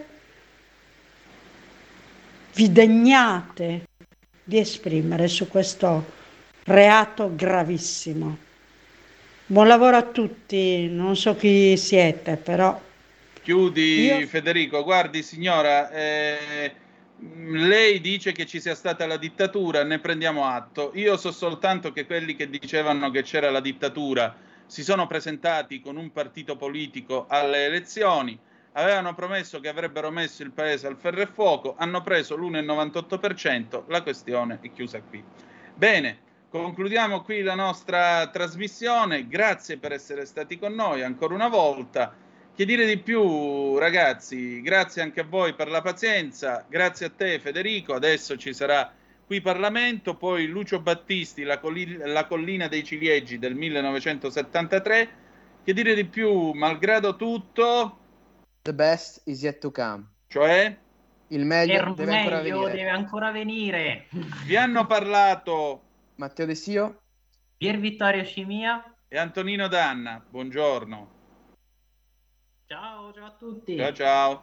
vi degnate di esprimere su questo reato gravissimo. Buon lavoro a tutti, non so chi siete, però... Chiudi Io- Federico, guardi signora, eh, lei dice che ci sia stata la dittatura, ne prendiamo atto. Io so soltanto che quelli che dicevano che c'era la dittatura si sono presentati con un partito politico alle elezioni, avevano promesso che avrebbero messo il paese al ferro e fuoco, hanno preso l'uno virgola novantotto per cento, la questione è chiusa qui. Bene, concludiamo qui la nostra trasmissione, grazie per essere stati con noi ancora una volta. Che dire di più, ragazzi? Grazie anche a voi per la pazienza, grazie a te Federico, adesso ci sarà qui Parlamento, poi Lucio Battisti, la, colli- la collina dei ciliegi del millenovecentosettantatré. Che dire di più, malgrado tutto? The best is yet to come. Cioè? Il meglio Il deve ancora meglio venire. deve ancora venire. Vi hanno parlato Matteo De Sio Pier Vittorio Scimia. e Antonino Danna, buongiorno. Ciao, ciao a tutti. Ciao ciao.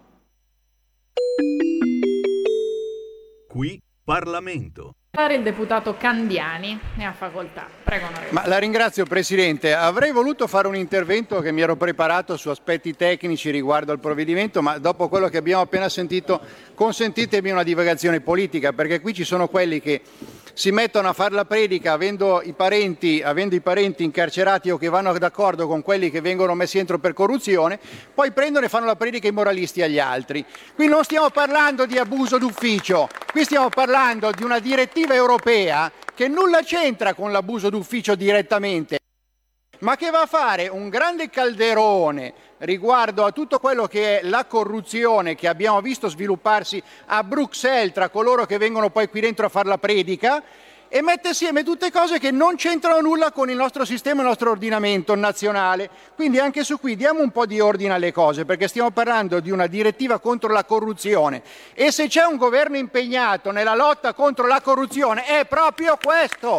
Qui Parlamento. Il deputato Candiani ne ha facoltà. Prego, onorevole. Ma la ringrazio Presidente, avrei voluto fare un intervento che mi ero preparato su aspetti tecnici riguardo al provvedimento, ma dopo quello che abbiamo appena sentito consentitemi una divagazione politica, perché qui ci sono quelli che si mettono a fare la predica avendo i parenti, avendo i parenti incarcerati o che vanno d'accordo con quelli che vengono messi dentro per corruzione, poi prendono e fanno la predica i moralisti agli altri. Qui non stiamo parlando di abuso d'ufficio, qui stiamo parlando di una direttiva europea che nulla c'entra con l'abuso d'ufficio direttamente, ma che va a fare un grande calderone riguardo a tutto quello che è la corruzione che abbiamo visto svilupparsi a Bruxelles tra coloro che vengono poi qui dentro a fare la predica, e mette assieme tutte cose che non c'entrano nulla con il nostro sistema e il nostro ordinamento nazionale. Quindi anche su qui diamo un po' di ordine alle cose, perché stiamo parlando di una direttiva contro la corruzione, e se c'è un governo impegnato nella lotta contro la corruzione è proprio questo.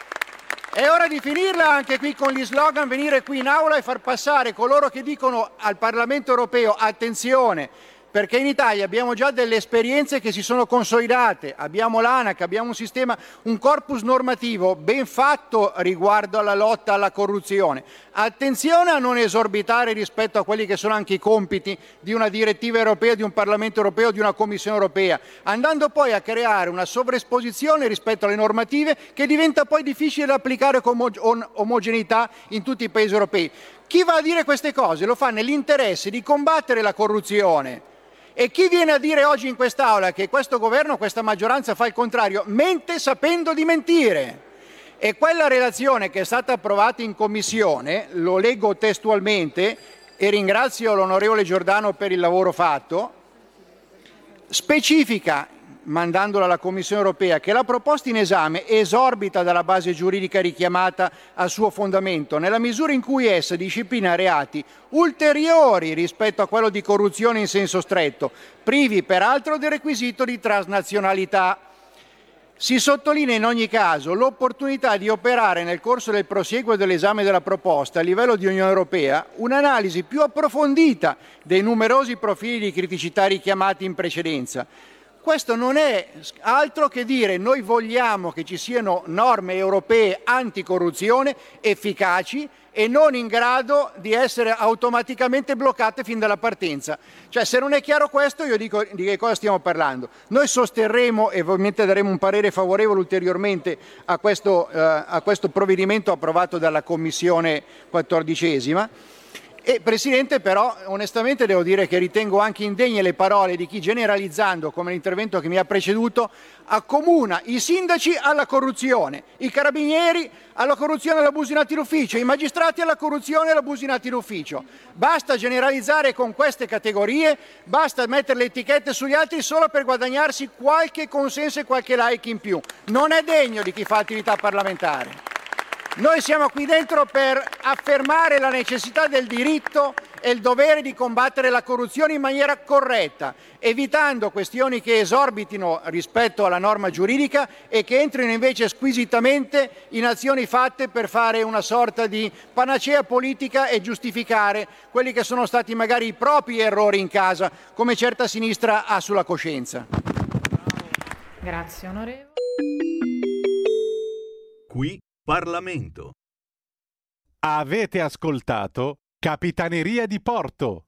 È ora di finirla anche qui con gli slogan, venire qui in aula e far passare coloro che dicono al Parlamento europeo attenzione, perché in Italia abbiamo già delle esperienze che si sono consolidate, abbiamo l'ANAC, abbiamo un sistema, un corpus normativo ben fatto riguardo alla lotta alla corruzione. Attenzione a non esorbitare rispetto a quelli che sono anche i compiti di una direttiva europea, di un Parlamento europeo, di una Commissione europea, andando poi a creare una sovraesposizione rispetto alle normative che diventa poi difficile da applicare con om- omogeneità in tutti i paesi europei. Chi va a dire queste cose lo fa nell'interesse di combattere la corruzione. E chi viene a dire oggi in quest'Aula che questo governo, questa maggioranza fa il contrario, mente sapendo di mentire. E quella relazione che è stata approvata in Commissione, lo leggo testualmente e ringrazio l'onorevole Giordano per il lavoro fatto, specifica, mandandola alla Commissione europea, che la proposta in esame esorbita dalla base giuridica richiamata al suo fondamento, nella misura in cui essa disciplina reati ulteriori rispetto a quello di corruzione in senso stretto, privi peraltro del requisito di transnazionalità. Si sottolinea in ogni caso l'opportunità di operare nel corso del prosieguo dell'esame della proposta a livello di Unione Europea un'analisi più approfondita dei numerosi profili di criticità richiamati in precedenza. Questo non è altro che dire noi vogliamo che ci siano norme europee anticorruzione efficaci e non in grado di essere automaticamente bloccate fin dalla partenza. Cioè, se non è chiaro questo, io dico di che cosa stiamo parlando. Noi sosterremo e ovviamente daremo un parere favorevole ulteriormente a questo, eh, a questo provvedimento approvato dalla Commissione quattordicesima. E Presidente, però onestamente devo dire che ritengo anche indegne le parole di chi, generalizzando come l'intervento che mi ha preceduto, accomuna i sindaci alla corruzione, i carabinieri alla corruzione e all'abuso in atti d'ufficio, i magistrati alla corruzione e all'abuso in atti d'ufficio. Basta generalizzare con queste categorie, basta mettere le etichette sugli altri solo per guadagnarsi qualche consenso e qualche like in più. Non è degno di chi fa attività parlamentare. Noi siamo qui dentro per affermare la necessità del diritto e il dovere di combattere la corruzione in maniera corretta, evitando questioni che esorbitino rispetto alla norma giuridica e che entrino invece squisitamente in azioni fatte per fare una sorta di panacea politica e giustificare quelli che sono stati magari i propri errori in casa, come certa sinistra ha sulla coscienza. Grazie, onorevole. Qui Parlamento. Avete ascoltato Capitaneria di Porto,